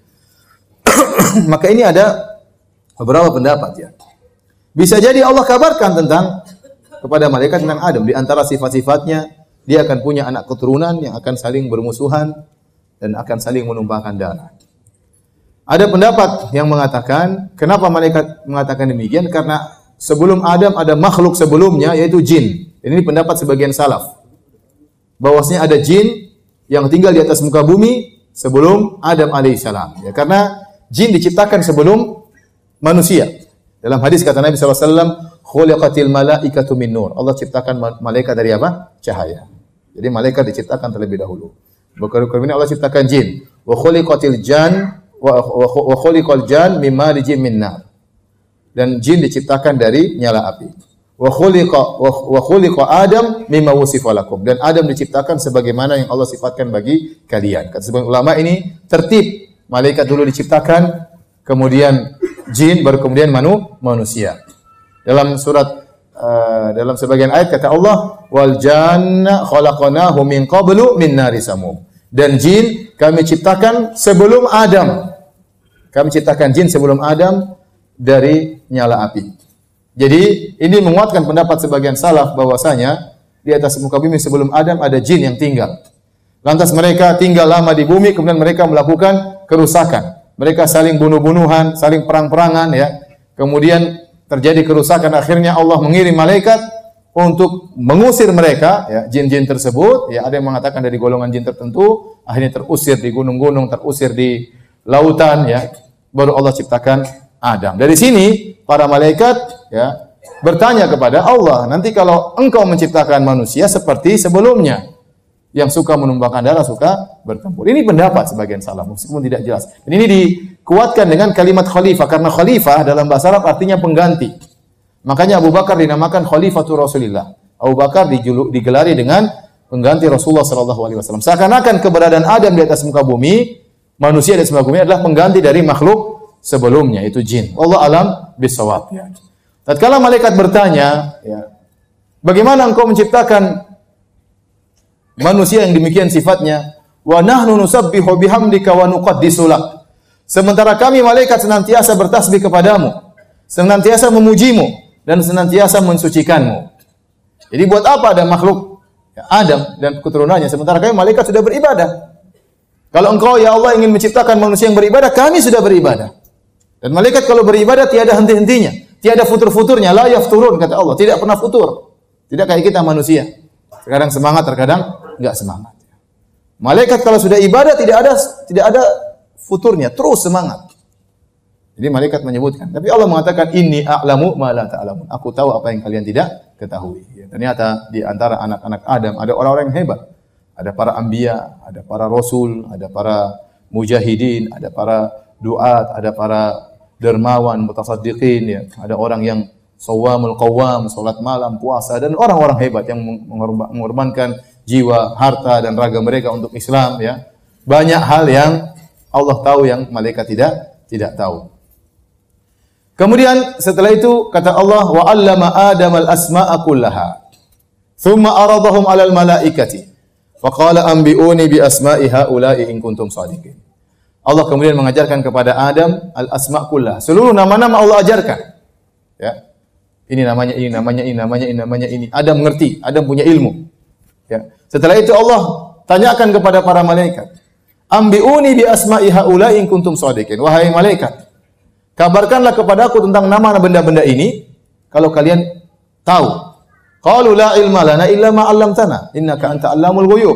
Maka ini ada beberapa pendapat, ya. Bisa jadi Allah kabarkan tentang kepada malaikat tentang Adam. Di antara sifat-sifatnya, dia akan punya anak keturunan yang akan saling bermusuhan dan akan saling menumpahkan darah. Ada pendapat yang mengatakan, kenapa malaikat mengatakan demikian? Karena sebelum Adam ada makhluk sebelumnya, yaitu jin. Ini pendapat sebagian salaf. Bahwasanya ada jin yang tinggal di atas muka bumi sebelum Adam alaihissalam. Ya, karena jin diciptakan sebelum manusia. Dalam hadis kata Nabi SAW, khuliqatil malaikatu min nur. Allah ciptakan malaikat dari apa? Cahaya. Jadi malaikat diciptakan terlebih dahulu. Kemudian Allah ciptakan jin. Wa khuliqatil jan wa khuliqal jan mimma rijim min nar. Dan jin diciptakan dari nyala api. Wa khuliqa Adam mimma wusifa lakum. Dan Adam diciptakan sebagaimana yang Allah sifatkan bagi kalian. Kata sebagian ulama ini tertib. Malaikat dulu diciptakan, kemudian jin, baru kemudian manusia. Dalam dalam sebagian ayat kata Allah, wal janna khalaqnahu min qablu min nari samum. Dan jin kami ciptakan sebelum Adam. Kami ciptakan jin sebelum Adam dari nyala api. Jadi ini menguatkan pendapat sebagian salaf bahwasanya di atas muka bumi sebelum Adam ada jin yang tinggal. Lantas mereka tinggal lama di bumi, kemudian mereka melakukan kerusakan. Mereka saling bunuh-bunuhan, saling perang-perangan, ya. Kemudian terjadi kerusakan. Akhirnya Allah mengirim malaikat untuk mengusir mereka, ya, jin-jin tersebut. Ya, ada yang mengatakan dari golongan jin tertentu, akhirnya terusir di gunung-gunung, terusir di lautan, ya. Baru Allah ciptakan Adam. Dari sini para malaikat, ya, bertanya kepada Allah, nanti kalau engkau menciptakan manusia seperti sebelumnya, yang suka menumpahkan darah, suka bertempur. Ini pendapat sebagian salaf, meskipun tidak jelas. Dan ini dikuatkan dengan kalimat khalifah, karena khalifah dalam bahasa Arab artinya pengganti. Makanya Abu Bakar dinamakan Khalifatul Rasulillah. Abu Bakar digelari dengan pengganti Rasulullah SAW. Seakan-akan keberadaan Adam di atas muka bumi, manusia di atas muka bumi adalah pengganti dari makhluk sebelumnya, itu jin. Allah alam bisawab. Ya. Tatkala malaikat bertanya, ya, bagaimana engkau menciptakan manusia yang demikian sifatnya? Wa nahnu nusabbihu bihamdika wa nuqaddisu lak. Sementara kami malaikat senantiasa bertasbih kepadamu, senantiasa memujimu dan senantiasa mensucikanmu. Jadi buat apa ada makhluk, ya, Adam dan keturunannya sementara kami malaikat sudah beribadah? Kalau engkau ya Allah ingin menciptakan manusia yang beribadah, kami sudah beribadah. Dan malaikat kalau beribadah tiada henti-hentinya, tiada futur-futurnya, la yafturun kata Allah, tidak pernah futur. Tidak kayak kita manusia. Terkadang semangat, terkadang enggak semangat. Malaikat kalau sudah ibadah tidak ada futurnya, terus semangat. Jadi malaikat menyebutkan, tapi Allah mengatakan inni a'lamu ma la ta'lamun. Aku tahu apa yang kalian tidak ketahui. Ya, ternyata di antara anak-anak Adam ada orang-orang yang hebat. Ada para anbiya, ada para rasul, ada para mujahidin, ada para duat, ada para dermawan, mutasaddiqin, ya. Ada orang yang shawamul qawwam, salat malam, puasa, dan orang-orang hebat yang mengorbankan jiwa, harta dan raga mereka untuk Islam, ya. Banyak hal yang Allah tahu yang malaikat tidak tahu. Kemudian setelah itu kata Allah, wa 'allama Adam al-asma'a kullaha. Tsumma aradahum 'alal malaikati. Fa qala anbi'uni bi asma'i haula'i in kuntum shadiqin. Allah kemudian mengajarkan kepada Adam al-asma' kullah. Seluruh nama-nama Allah ajarkan. Ya. Ini namanya, ini namanya, ini namanya, ini namanya, ini. Adam mengerti, Adam punya ilmu. Ya. Setelah itu Allah tanyakan kepada para malaikat, "Ambi'uni bi asma'i haula'i in kuntum shadiqin." Wahai malaikat, kabarkanlah kepadaku tentang nama benda-benda ini kalau kalian tahu. Qalu la ilma lana illa ma 'allamtana, innaka anta 'allamul ghuyub.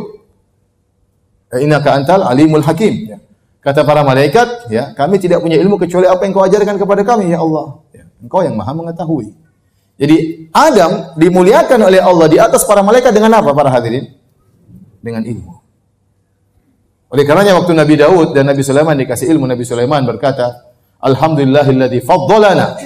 Innaka antal alimul hakim. Ya. Kata para malaikat, ya, kami tidak punya ilmu kecuali apa yang kau ajarkan kepada kami, ya Allah. Ya, engkau yang maha mengetahui. Jadi Adam dimuliakan oleh Allah di atas para malaikat dengan apa para hadirin? Dengan ilmu. Oleh karenanya waktu Nabi Daud dan Nabi Sulaiman dikasih ilmu, Nabi Sulaiman berkata, Alhamdulillahilladzi faddalana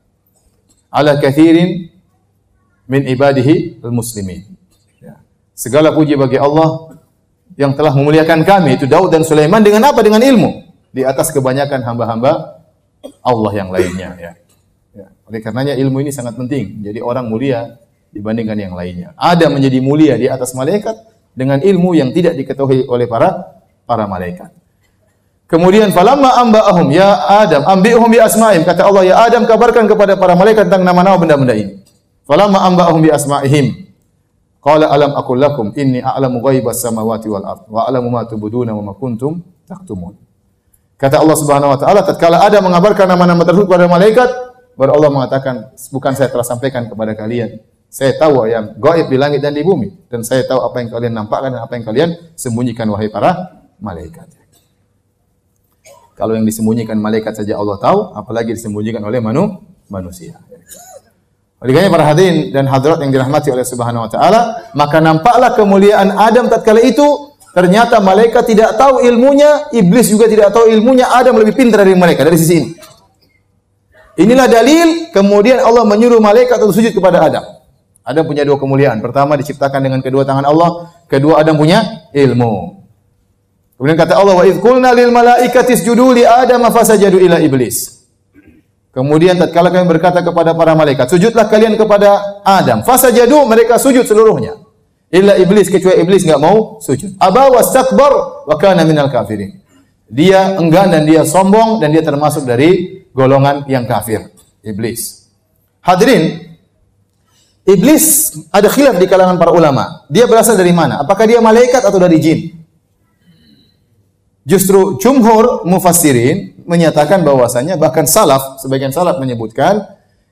ala kathirin min ibadihi al-muslimin. Ya. Segala puji bagi Allah yang telah memuliakan kami, itu Daud dan Sulaiman dengan apa? Dengan ilmu. Di atas kebanyakan hamba-hamba Allah yang lainnya. Ya. Ya. Oleh karenanya ilmu ini sangat penting. Jadi orang mulia dibandingkan yang lainnya. Adam menjadi mulia di atas malaikat dengan ilmu yang tidak diketahui oleh para malaikat. Kemudian falamma amba'ahum ya Adam ambi'hum bi asma'ihim. Kata Allah, ya Adam kabarkan kepada para malaikat tentang nama-nama benda-benda ini. Falamma amba'ahum bi asma'ihim. Qala alam aqul lakum inni a'lamu ghaibas samawati wal ard wa a'lamu ma tubduna wa ma kuntum taktumun. Kata Allah Subhanahu wa taala, tatkala Adam mengabarkan nama-nama tersebut kepada malaikat, baru Allah mengatakan, bukan saya telah sampaikan kepada kalian Saya tahu yang gaib di langit dan di bumi, dan saya tahu apa yang kalian nampakkan dan apa yang kalian sembunyikan wahai para malaikat. Kalau yang disembunyikan malaikat saja Allah tahu, apalagi disembunyikan oleh manusia. Oleh karena para hadirin dan hadirat yang dirahmati oleh Subhanahu wa taala, maka nampaklah kemuliaan Adam tatkala itu. Ternyata malaikat tidak tahu ilmunya, iblis juga tidak tahu ilmunya, Adam lebih pintar dari mereka dari sisi ini. Inilah dalil kemudian Allah menyuruh malaikat untuk sujud kepada Adam. Adam punya dua kemuliaan. Pertama diciptakan dengan kedua tangan Allah, kedua Adam punya ilmu. Kemudian kata Allah, wa idz qulna lil malaikati isjudu li Adam fasajadu ila iblis. Kemudian tatkala kami berkata kepada para malaikat, sujudlah kalian kepada Adam. Fasajadu, mereka sujud seluruhnya. Illa iblis, kecuali iblis enggak mau sujud. Aba wastakbar wa kana minal kafirin. Dia enggan dan dia sombong dan dia termasuk dari golongan yang kafir, iblis. Hadirin, iblis ada khilaf di kalangan para ulama. Dia berasal dari mana? Apakah dia malaikat atau dari jin? Justru jumhur mufassirin menyatakan bahwasanya bahkan salaf, sebagian salaf menyebutkan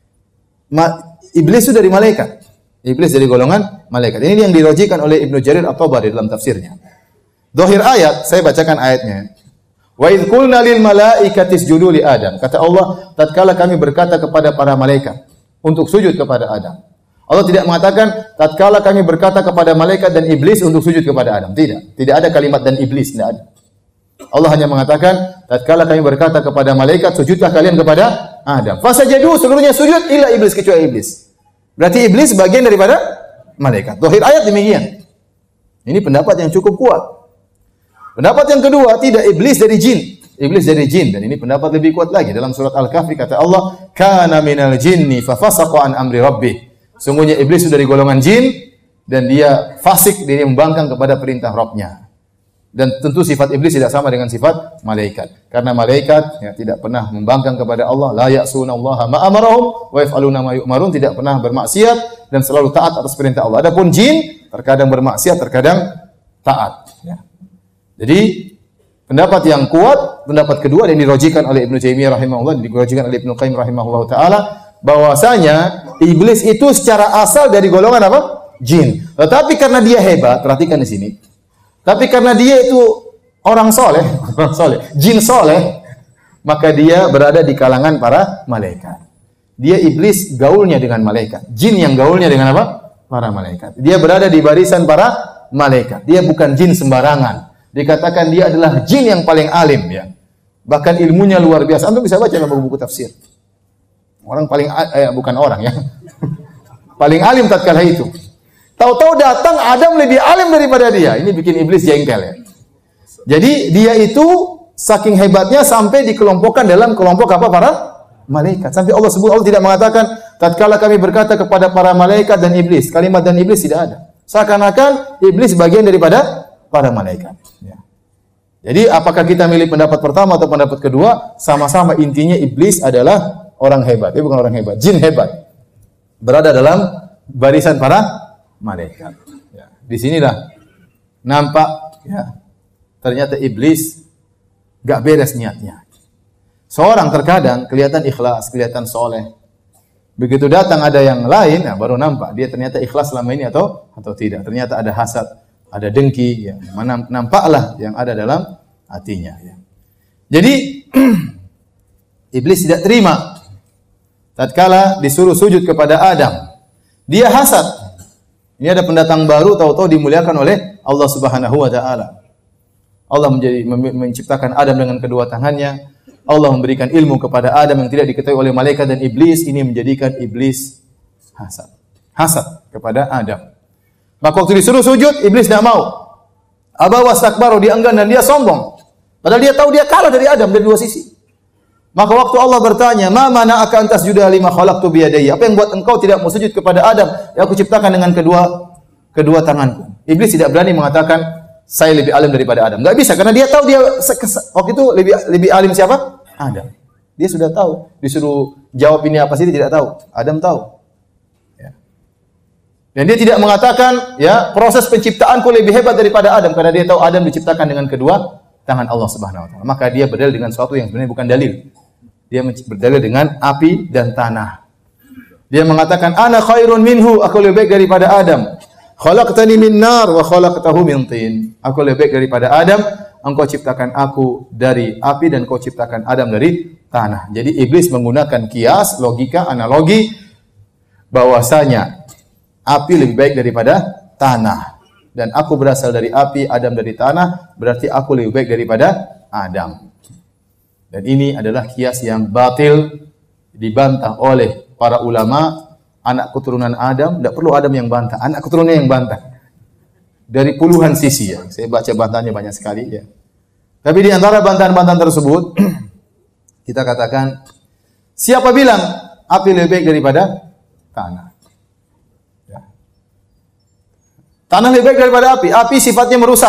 iblis itu dari malaikat. Iblis dari golongan malaikat. Ini yang dirojikan oleh Ibnu Jarir At-Tabari dalam tafsirnya. Zahir ayat, saya bacakan ayatnya. Wa idz qulna lil malaikati isjudu li Adam. Kata Allah, tatkala kami berkata kepada para malaikat untuk sujud kepada Adam. Allah tidak mengatakan tatkala kami berkata kepada malaikat dan iblis untuk sujud kepada Adam. Tidak. Tidak ada kalimat dan iblis, tidak ada. Allah hanya mengatakan tatkala kami berkata kepada malaikat sujudlah kalian kepada Adam. Fasajadu, seluruhnya sujud illa iblis, kecuali iblis. Berarti iblis bagian daripada malaikat. Zahir ayat demikian. Ini pendapat yang cukup kuat. Pendapat yang kedua, tidak, iblis dari jin. Iblis dari jin, dan ini pendapat lebih kuat lagi. Dalam surat Al-Kahfi kata Allah, kana minal jinni fafasaqa an amri rabbih. Sungguhnya iblis itu dari golongan jin dan dia fasik, dia membangkang kepada perintah Rabb-nya. Dan tentu sifat iblis tidak sama dengan sifat malaikat. Karena malaikat tidak pernah membangkang kepada Allah, la ya'sunallaha ma amarahum wa yaf'aluna ma yu'marun, tidak pernah bermaksiat dan selalu taat atas perintah Allah. Adapun jin terkadang bermaksiat, terkadang taat. Ya. Jadi pendapat yang kuat, pendapat kedua yang dirojikan oleh Ibnu Taimiyah rahimahullah, dirojikan oleh Ibnu Qayyim rahimahullah taala, bahwasanya iblis itu secara asal dari golongan apa? Jin. Tetapi karena dia hebat, perhatikan di sini. Tapi karena dia itu orang soleh, jin soleh, maka dia berada di kalangan para malaikat. Dia iblis gaulnya dengan malaikat. Jin yang gaulnya dengan apa? Para malaikat. Dia berada di barisan para malaikat. Dia bukan jin sembarangan. Dikatakan dia adalah jin yang paling alim, ya. Bahkan ilmunya luar biasa. Anda bisa baca dalam buku-buku tafsir. Orang paling bukan orang, ya. Paling alim tatkala itu. Tahu-tahu datang Adam lebih alim daripada dia. Ini bikin iblis jengkel, ya. Jadi dia itu saking hebatnya sampai dikelompokkan dalam kelompok apa? Para malaikat. Sampai Allah sebut, Allah tidak mengatakan tatkala kami berkata kepada para malaikat dan iblis. Kalimat dan iblis tidak ada. Seakan-akan iblis bagian daripada para malaikat. Ya. Jadi apakah kita milih pendapat pertama atau pendapat kedua? Sama-sama intinya iblis adalah orang hebat. Bukan orang hebat, jin hebat. Berada dalam barisan para malaikat. Ya. Di sinilah nampak, ya, ternyata iblis gak beres niatnya. Seorang terkadang kelihatan ikhlas, kelihatan soleh. Begitu datang ada yang lain, nah baru nampak dia ternyata ikhlas selama ini atau tidak. Ternyata ada hasad, ada dengki, ya. Mana nampaklah yang ada dalam hatinya. Ya. Jadi iblis tidak terima tatkala disuruh sujud kepada Adam. Dia hasad. Ini ada pendatang baru, tahu-tahu dimuliakan oleh Allah Subhanahu wa taala. Allah menciptakan Adam dengan kedua tangannya. Allah memberikan ilmu kepada Adam yang tidak diketahui oleh malaikat dan iblis. Ini menjadikan iblis hasad. Hasad kepada Adam. Maka waktu disuruh sujud, iblis tidak mau. Aba wastakbaru, dia enggan dan dia sombong. Padahal dia tahu dia kalah dari Adam dari dua sisi. Maka waktu Allah bertanya, "Ma mana'aka an tasjuda lima khalaqtu bi yadayya?" Apa yang buat engkau tidak mau sujud kepada Adam yang aku ciptakan dengan kedua tanganku? Iblis tidak berani mengatakan saya lebih alim daripada Adam. Enggak bisa karena dia tahu dia waktu itu lebih alim siapa? Adam. Dia sudah tahu. Disuruh jawab ini apa sih dia tidak tahu. Adam tahu. Ya. Dan dia tidak mengatakan ya proses penciptaanku lebih hebat daripada Adam karena dia tahu Adam diciptakan dengan kedua tangan Allah Subhanahu wa taala. Maka dia berdalil dengan sesuatu yang sebenarnya bukan dalil. Dia berdalil dengan api dan tanah. Dia mengatakan, ana khairun minhu, aku lebih baik daripada Adam. Khalaqtani min nar wa khalaqtahu min tin. Aku lebih baik daripada Adam, engkau ciptakan aku dari api dan kau ciptakan Adam dari tanah. Jadi iblis menggunakan kias, logika, analogi bahwasanya api lebih baik daripada tanah. Dan aku berasal dari api, Adam dari tanah, berarti aku lebih baik daripada Adam. Dan ini adalah kias yang batil, dibantah oleh para ulama. Anak keturunan Adam, tidak perlu Adam yang bantah, anak keturunannya yang bantah. Dari puluhan sisi ya. Saya baca bantahannya banyak sekali ya. Tapi di antara bantahan-bantahan tersebut, kita katakan, siapa bilang api lebih baik daripada tanah? Ya. Tanah lebih baik daripada api. Api sifatnya merusak.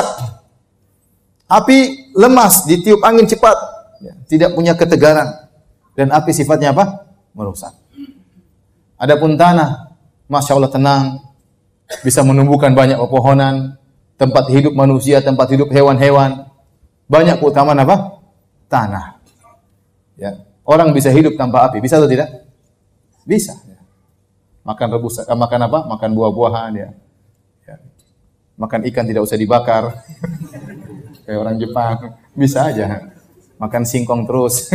Api lemas, ditiup angin cepat, ya. Tidak punya ketegaran. Dan api sifatnya apa? Merusak. Adapun tanah, Masya Allah tenang, bisa menumbuhkan banyak pepohonan, tempat hidup manusia, tempat hidup hewan-hewan. Banyak keutamaan apa? Tanah. Ya. Orang bisa hidup tanpa api, bisa atau tidak? Bisa. Ya. Makan rebus, makan apa? Makan buah-buahan. Ya. Ya. Makan ikan tidak usah dibakar. Kayak orang Jepang, bisa aja. Makan singkong terus.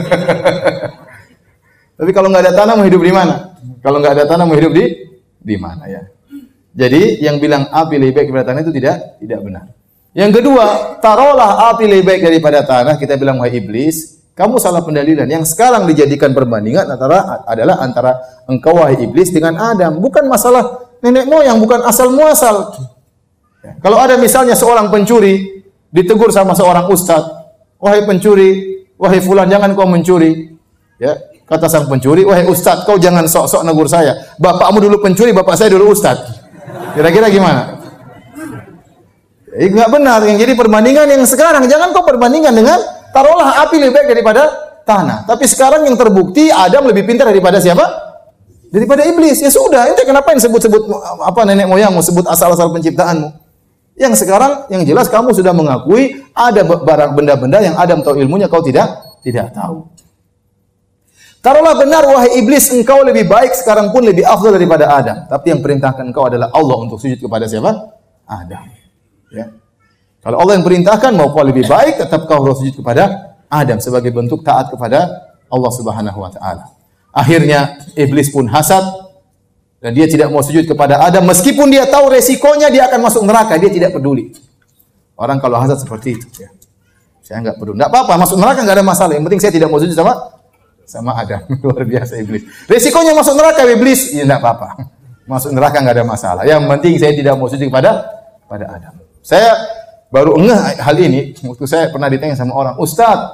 Tapi kalau nggak ada tanah mau hidup di mana? Kalau nggak ada tanah mau hidup di mana ya? Jadi yang bilang api lebih baik daripada tanah itu tidak benar. Yang kedua, taruhlah api lebih baik daripada tanah, kita bilang wahai iblis, kamu salah pendalilan. Yang sekarang dijadikan perbandingan adalah antara engkau wahai iblis dengan Adam, bukan masalah nenek moyang, bukan asal muasal. Ya. Kalau ada misalnya seorang pencuri ditegur sama seorang ustadz, wahai pencuri, wahai fulan jangan kau mencuri. Ya. Kata sang pencuri, wahai ustadz, kau jangan sok-sok negur saya. Bapakmu dulu pencuri, bapak saya dulu ustadz. Kira-kira gimana? Enggak benar. Yang jadi perbandingan yang sekarang, jangan kau perbandingan dengan taruhlah api lebih baik daripada tanah. Tapi sekarang yang terbukti Adam lebih pintar daripada siapa? Daripada iblis. Ya sudah, ente kenapa yang sebut-sebut apa nenek moyangmu, sebut asal-asal penciptaanmu? Yang sekarang yang jelas kamu sudah mengakui ada barang benda-benda yang Adam tahu ilmunya, kau tidak tahu. Taruhlah benar wahai iblis, engkau lebih baik sekarang pun lebih afdal daripada Adam. Tapi yang perintahkan engkau adalah Allah untuk sujud kepada siapa? Adam. Ya. Kalau Allah yang perintahkan mau kau lebih baik, tetap kau harus sujud kepada Adam sebagai bentuk taat kepada Allah Subhanahu wa taala. Akhirnya iblis pun hasad dan dia tidak mau sujud kepada Adam meskipun dia tahu resikonya dia akan masuk neraka, dia tidak peduli. Orang kalau hasad seperti itu ya. Saya enggak peduli. Enggak apa-apa, masuk neraka enggak ada masalah. Yang penting saya tidak mau sujud sama Adam. Luar biasa iblis. Resikonya masuk neraka iblis, ya enggak apa-apa. Masuk neraka enggak ada masalah. Yang penting saya tidak mau sujud kepada Adam. Saya baru ngeh hal ini waktu saya pernah ditanya sama orang, "Ustaz,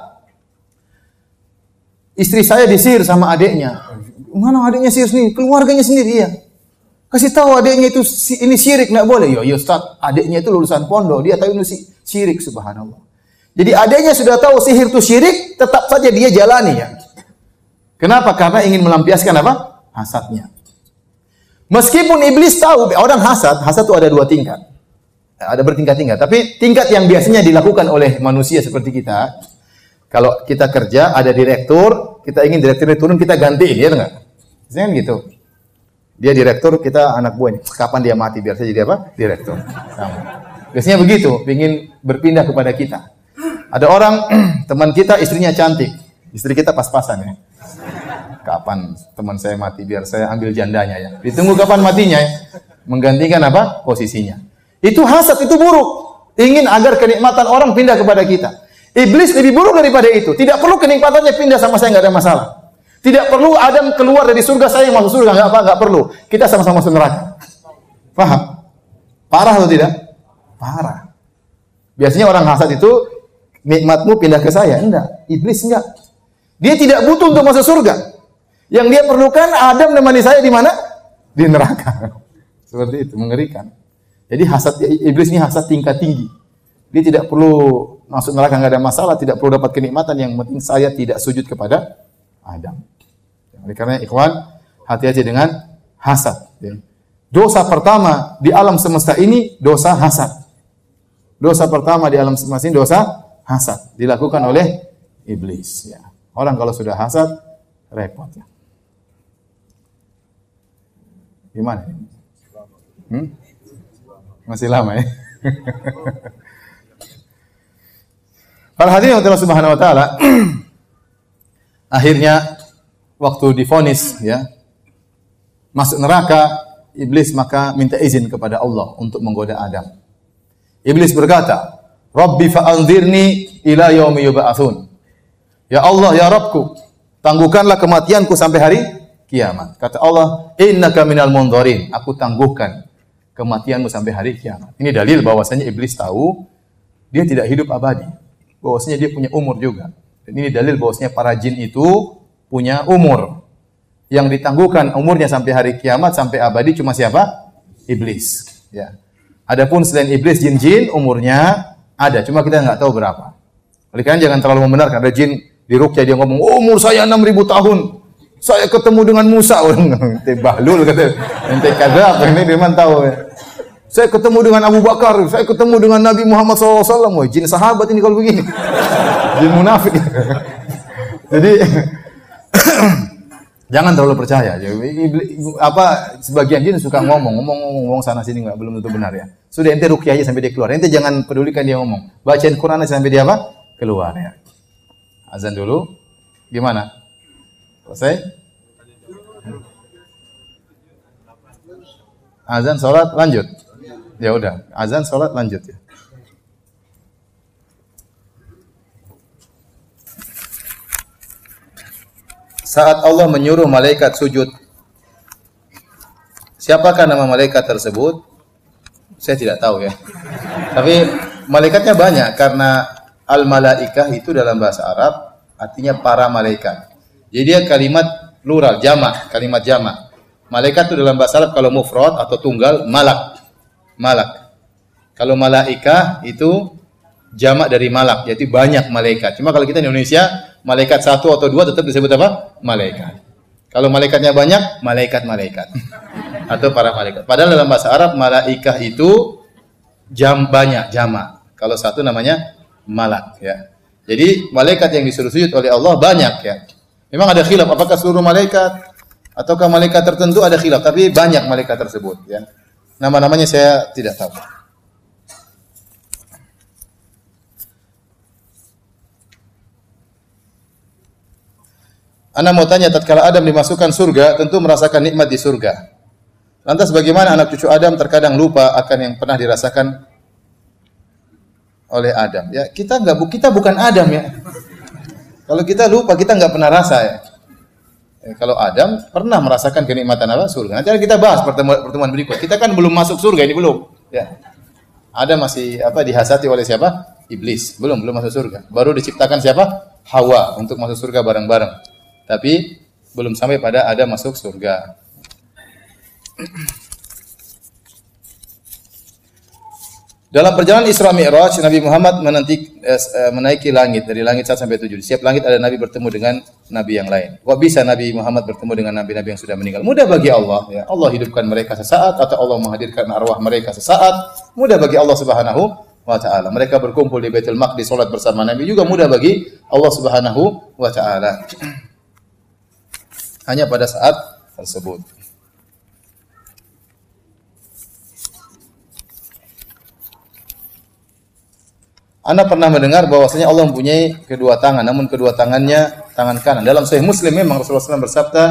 istri saya disihir sama adiknya." "Mana adiknya sihir nih? Keluarganya sendiri ya." "Kasih tahu adiknya itu ini syirik, enggak boleh." "Ya Ustaz, adiknya itu lulusan pondok, dia tahu ini syirik." Subhanallah. Jadi adiknya sudah tahu sihir itu syirik, tetap saja dia jalani ya. Kenapa? Karena ingin melampiaskan apa? Hasadnya. Meskipun iblis tahu orang hasad itu ada dua tingkat. Ada bertingkat-tingkat. Tapi tingkat yang biasanya dilakukan oleh manusia seperti kita, kalau kita kerja ada direktur, kita ingin direkturnya turun, kita gantiin, ya enggak? Biasanya kan gitu. Dia direktur, kita anak buahnya. Kapan dia mati biar saya jadi apa? Direktur. Sama. Biasanya begitu, ingin berpindah kepada kita. Ada orang teman kita istrinya cantik, istri kita pas-pasan ya. Kapan teman saya mati biar saya ambil jandanya ya. Ditunggu kapan matinya ya. Menggantikan apa? Posisinya. Itu hasad, itu buruk. Ingin agar kenikmatan orang pindah kepada kita. Iblis lebih buruk daripada itu. Tidak perlu kenikmatannya pindah sama saya, enggak ada masalah. Tidak perlu Adam keluar dari surga, saya yang masuk surga, enggak perlu. Kita sama-sama masuk neraka. Paham? Parah atau tidak? Parah. Biasanya orang hasad itu nikmatmu pindah ke saya. Enggak. Iblis enggak. Dia tidak butuh untuk masuk surga. Yang dia perlukan Adam menemani saya di mana? Di neraka. Seperti itu, mengerikan. Jadi hasad iblis ini hasad tingkat tinggi. Dia tidak perlu masuk neraka, enggak ada masalah, tidak perlu dapat kenikmatan, yang penting saya tidak sujud kepada Adam. Oleh karena ikhwan, hati-hati dengan hasad. Dosa pertama di alam semesta ini dosa hasad. Dosa pertama di alam semesta ini dosa hasad, dilakukan oleh iblis ya. Orang kalau sudah hasad repot ya. Gimana? Masih lama ya. Para hadirin Allah Subhanahu wa taala, akhirnya waktu divonis ya masuk neraka, iblis maka minta izin kepada Allah untuk menggoda Adam. Iblis berkata, "Rabbi fa'anzirni ila yaumi yub'atsun." Ya Allah, ya Rabbku, tangguhkanlah kematianku sampai hari kiamat. Kata Allah, "Innaka minal mundharin." Aku tangguhkan kematianmu sampai hari kiamat. Ini dalil bahwasanya iblis tahu dia tidak hidup abadi. Bahwasanya dia punya umur juga. Dan ini dalil bahwasanya para jin itu punya umur. Yang ditangguhkan umurnya sampai hari kiamat, sampai abadi cuma siapa? Iblis. Ya. Adapun selain iblis, jin-jin umurnya ada, cuma kita nggak tahu berapa. Oleh karena jangan terlalu membenarkan. Ada jin di ruqyah dia ngomong, umur saya 6.000 tahun. Saya ketemu dengan Musa. Ente bahlul kata. Ente kadzab. Ini dia memang tahu. Saya ketemu dengan Abu Bakar, saya ketemu dengan Nabi Muhammad SAW. Wah, jin sahabat ini kalau begini. Jin munafik. Jadi jangan terlalu percaya. Sebagian jin suka ngomong sana sini nggak belum tentu benar ya. Sudah ente ruqyah aja sampai dia keluar. Ente jangan pedulikan dia ngomong. Bacain Quran aja sampai dia apa? Keluar ya. Azan dulu. Gimana? Selesai? Azan salat lanjut. Ya udah, azan salat lanjut ya. Saat Allah menyuruh malaikat sujud, siapakah nama malaikat tersebut? Saya tidak tahu ya. Tapi malaikatnya banyak karena al-malaikah itu dalam bahasa Arab artinya para malaikat. Jadi dia kalimat plural, jamak, kalimat jamak. Malaikat itu dalam bahasa Arab kalau mufrad atau tunggal malak. Malak. Kalau malaikah itu jamak dari malak, yaitu banyak malaikat. Cuma kalau kita di Indonesia, malaikat satu atau dua tetap disebut apa? Malaikat. Kalau malaikatnya banyak, malaikat-malaikat. Atau para malaikat. Padahal dalam bahasa Arab, malaikah itu banyak, jamak. Kalau satu namanya malak. Ya. Jadi, malaikat yang disuruh sujud oleh Allah banyak. Ya. Memang ada khilaf, apakah seluruh malaikat, ataukah malaikat tertentu ada khilaf. Tapi banyak malaikat tersebut. Ya. Nama-namanya saya tidak tahu. Anda mau tanya, tatkala Adam dimasukkan surga, tentu merasakan nikmat di surga. Lantas bagaimana anak cucu Adam terkadang lupa akan yang pernah dirasakan oleh Adam? Ya, kita bukan Adam ya. Kalau kita lupa, kita nggak pernah rasa ya. Kalau Adam pernah merasakan kenikmatan apa? Surga. Nanti kita bahas pertemuan berikut. Kita kan belum masuk surga ini belum. Ya. Adam masih dihasati oleh siapa? Iblis. Belum masuk surga. Baru diciptakan siapa? Hawa untuk masuk surga bareng-bareng. Tapi belum sampai pada Adam masuk surga. Dalam perjalanan Isra Mi'raj, Nabi Muhammad menaiki langit dari langit 1 sampai 7. Di setiap langit ada Nabi bertemu dengan Nabi yang lain. Kok bisa Nabi Muhammad bertemu dengan Nabi-Nabi yang sudah meninggal? Mudah bagi Allah. Ya. Allah hidupkan mereka sesaat atau Allah menghadirkan arwah mereka sesaat. Mudah bagi Allah Subhanahu wa Ta'ala. Mereka berkumpul di Baitul Maqdis, salat bersama Nabi juga mudah bagi Allah Subhanahu wa Ta'ala. Hanya pada saat tersebut. Anda pernah mendengar bahwasanya Allah mempunyai kedua tangan, namun kedua tangannya tangan kanan. Dalam Sahih Muslim memang Rasulullah SAW bersabda,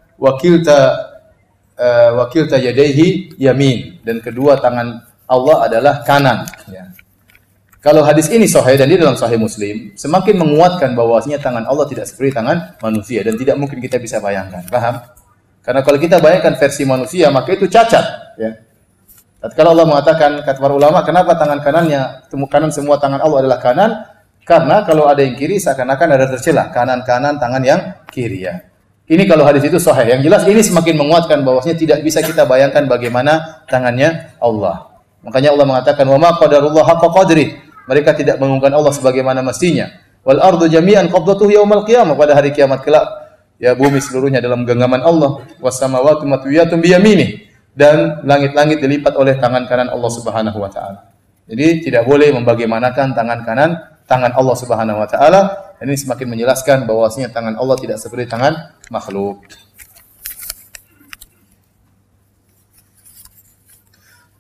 wakilta yadaihi yamin, dan kedua tangan Allah adalah kanan. Ya. Kalau hadis ini sahih dan di dalam Sahih Muslim, semakin menguatkan bahwasanya tangan Allah tidak seperti tangan manusia dan tidak mungkin kita bisa bayangkan. Paham? Karena kalau kita bayangkan versi manusia, maka itu cacat. Ya. Tatkala Allah mengatakan, kata para ulama, kenapa tangan kanannya, kanan semua tangan Allah adalah kanan? Karena kalau ada yang kiri, seakan-akan ada tercelah. Kanan-kanan, tangan yang kiri ya. Ini kalau hadis itu sahih. Yang jelas ini semakin menguatkan bahwasanya tidak bisa kita bayangkan bagaimana tangannya Allah. Makanya Allah mengatakan, wa ma qadarullah haqqa qadri. Mereka tidak mengumumkan Allah sebagaimana mestinya. Wal ardu jami'an qabdatuhu yaumal qiyamah. Pada hari kiamat kelak, ya bumi seluruhnya dalam genggaman Allah. Was samawati matwiyatun biyaminih. Dan langit-langit dilipat oleh tangan kanan Allah Subhanahu wa Ta'ala. Jadi tidak boleh membagaimanakan tangan kanan tangan Allah Subhanahu wa Ta'ala. Ini semakin menjelaskan bahwasanya tangan Allah tidak seperti tangan makhluk.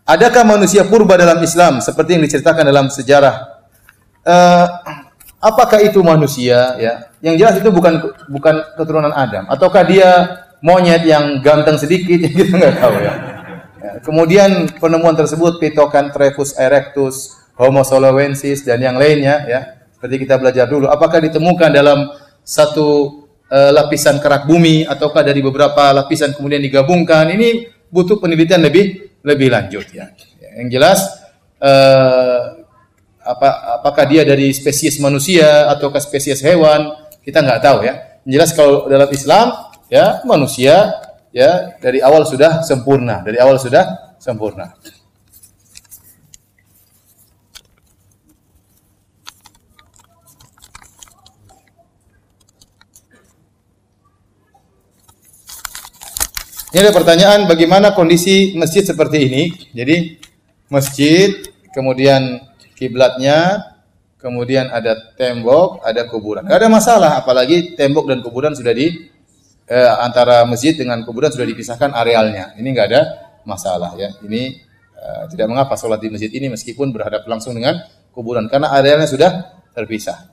Adakah manusia purba dalam Islam seperti yang diceritakan dalam sejarah? Apakah itu manusia? Ya, yang jelas itu bukan keturunan Adam. Ataukah dia monyet yang ganteng sedikit? Kita nggak tahu ya. Kemudian penemuan tersebut Pithecanthropus erectus, Homo soloensis dan yang lainnya ya. Seperti kita belajar dulu, apakah ditemukan dalam satu lapisan kerak bumi ataukah dari beberapa lapisan kemudian digabungkan? Ini butuh penelitian lebih lanjut ya. Yang jelas apakah dia dari spesies manusia ataukah spesies hewan? Kita nggak tahu ya. Yang jelas kalau dalam Islam ya manusia ya dari awal sudah sempurna, dari awal sudah sempurna. Ini ada pertanyaan, bagaimana kondisi masjid seperti ini? Jadi masjid, kemudian kiblatnya, kemudian ada tembok, ada kuburan. Tidak ada masalah, apalagi tembok dan kuburan sudah antara masjid dengan kuburan sudah dipisahkan arealnya. Ini nggak ada masalah ya. Ini tidak mengapa sholat di masjid ini meskipun berhadap langsung dengan kuburan karena arealnya sudah terpisah.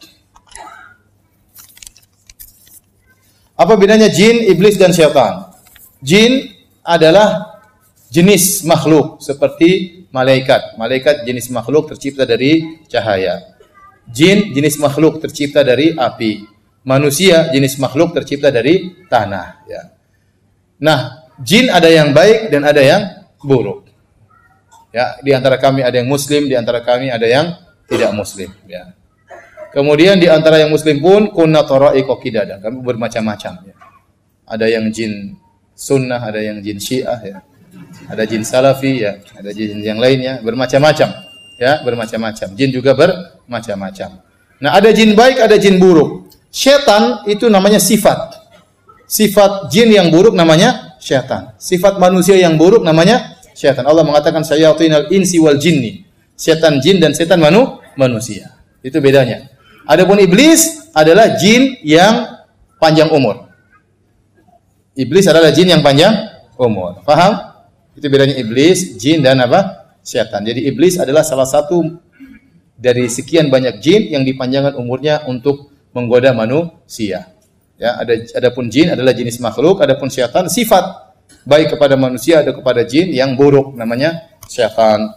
Apa bedanya jin, iblis dan syaitan? Jin adalah jenis makhluk seperti malaikat. Malaikat jenis makhluk tercipta dari cahaya. Jin jenis makhluk tercipta dari api. Manusia jenis makhluk tercipta dari tanah. Ya. Nah, jin ada yang baik dan ada yang buruk. Ya, di antara kami ada yang muslim, di antara kami ada yang tidak muslim. Ya. Kemudian di antara yang muslim pun kunna tara'iqa qidada. Kami bermacam-macam. Ya. Ada yang jin sunnah, ada yang jin syiah, ya. Ada jin salafi, ya. Ada jin yang lainnya, bermacam-macam, ya, bermacam-macam. Jin juga bermacam-macam. Nah, ada jin baik, ada jin buruk. Syaitan itu namanya sifat. Sifat jin yang buruk namanya syaitan. Sifat manusia yang buruk namanya syaitan. Allah mengatakan syayatinal insi wal jinni. Syaitan jin dan syaitan manusia. Itu bedanya. Adapun iblis adalah jin yang panjang umur. Iblis adalah jin yang panjang umur. Paham? Itu bedanya iblis, jin dan apa? Syaitan. Jadi iblis adalah salah satu dari sekian banyak jin yang dipanjangkan umurnya untuk menggoda manusia. Ya, adapun jin adalah jenis makhluk, adapun syaitan sifat baik kepada manusia ada kepada jin yang buruk namanya syaitan.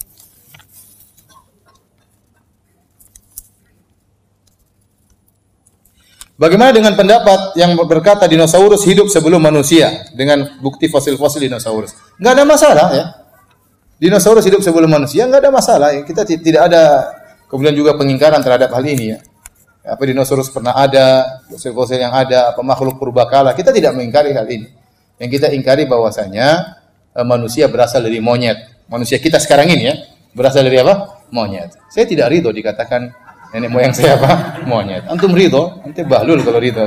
Bagaimana dengan pendapat yang berkata dinosaurus hidup sebelum manusia dengan bukti fosil-fosil dinosaurus? Enggak ada masalah ya. Dinosaurus hidup sebelum manusia enggak ada masalah. Kita tidak ada kemudian juga pengingkaran terhadap hal ini ya. Apa dinosaurus pernah ada, fosil-fosil yang ada, apa makhluk purbakala, kita tidak mengingkari hal ini. Yang kita ingkari bahwasanya manusia berasal dari monyet. Manusia kita sekarang ini ya, berasal dari apa? Monyet. Saya tidak ridho dikatakan nenek moyang saya apa? Monyet. Antum ridho? Antum bahlul kalau ridho.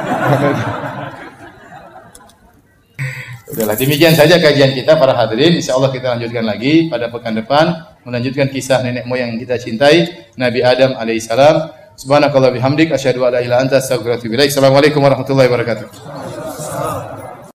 Udahlah, demikian saja kajian kita para hadirin. Insyaallah kita lanjutkan lagi pada pekan depan, melanjutkan kisah nenek moyang yang kita cintai, Nabi Adam alaihissalam. Subhanakallah bihamdik asyhadu an la ilaha illa anta astaghfiruka wa atubu ilaik. Assalamualaikum warahmatullahi wabarakatuh.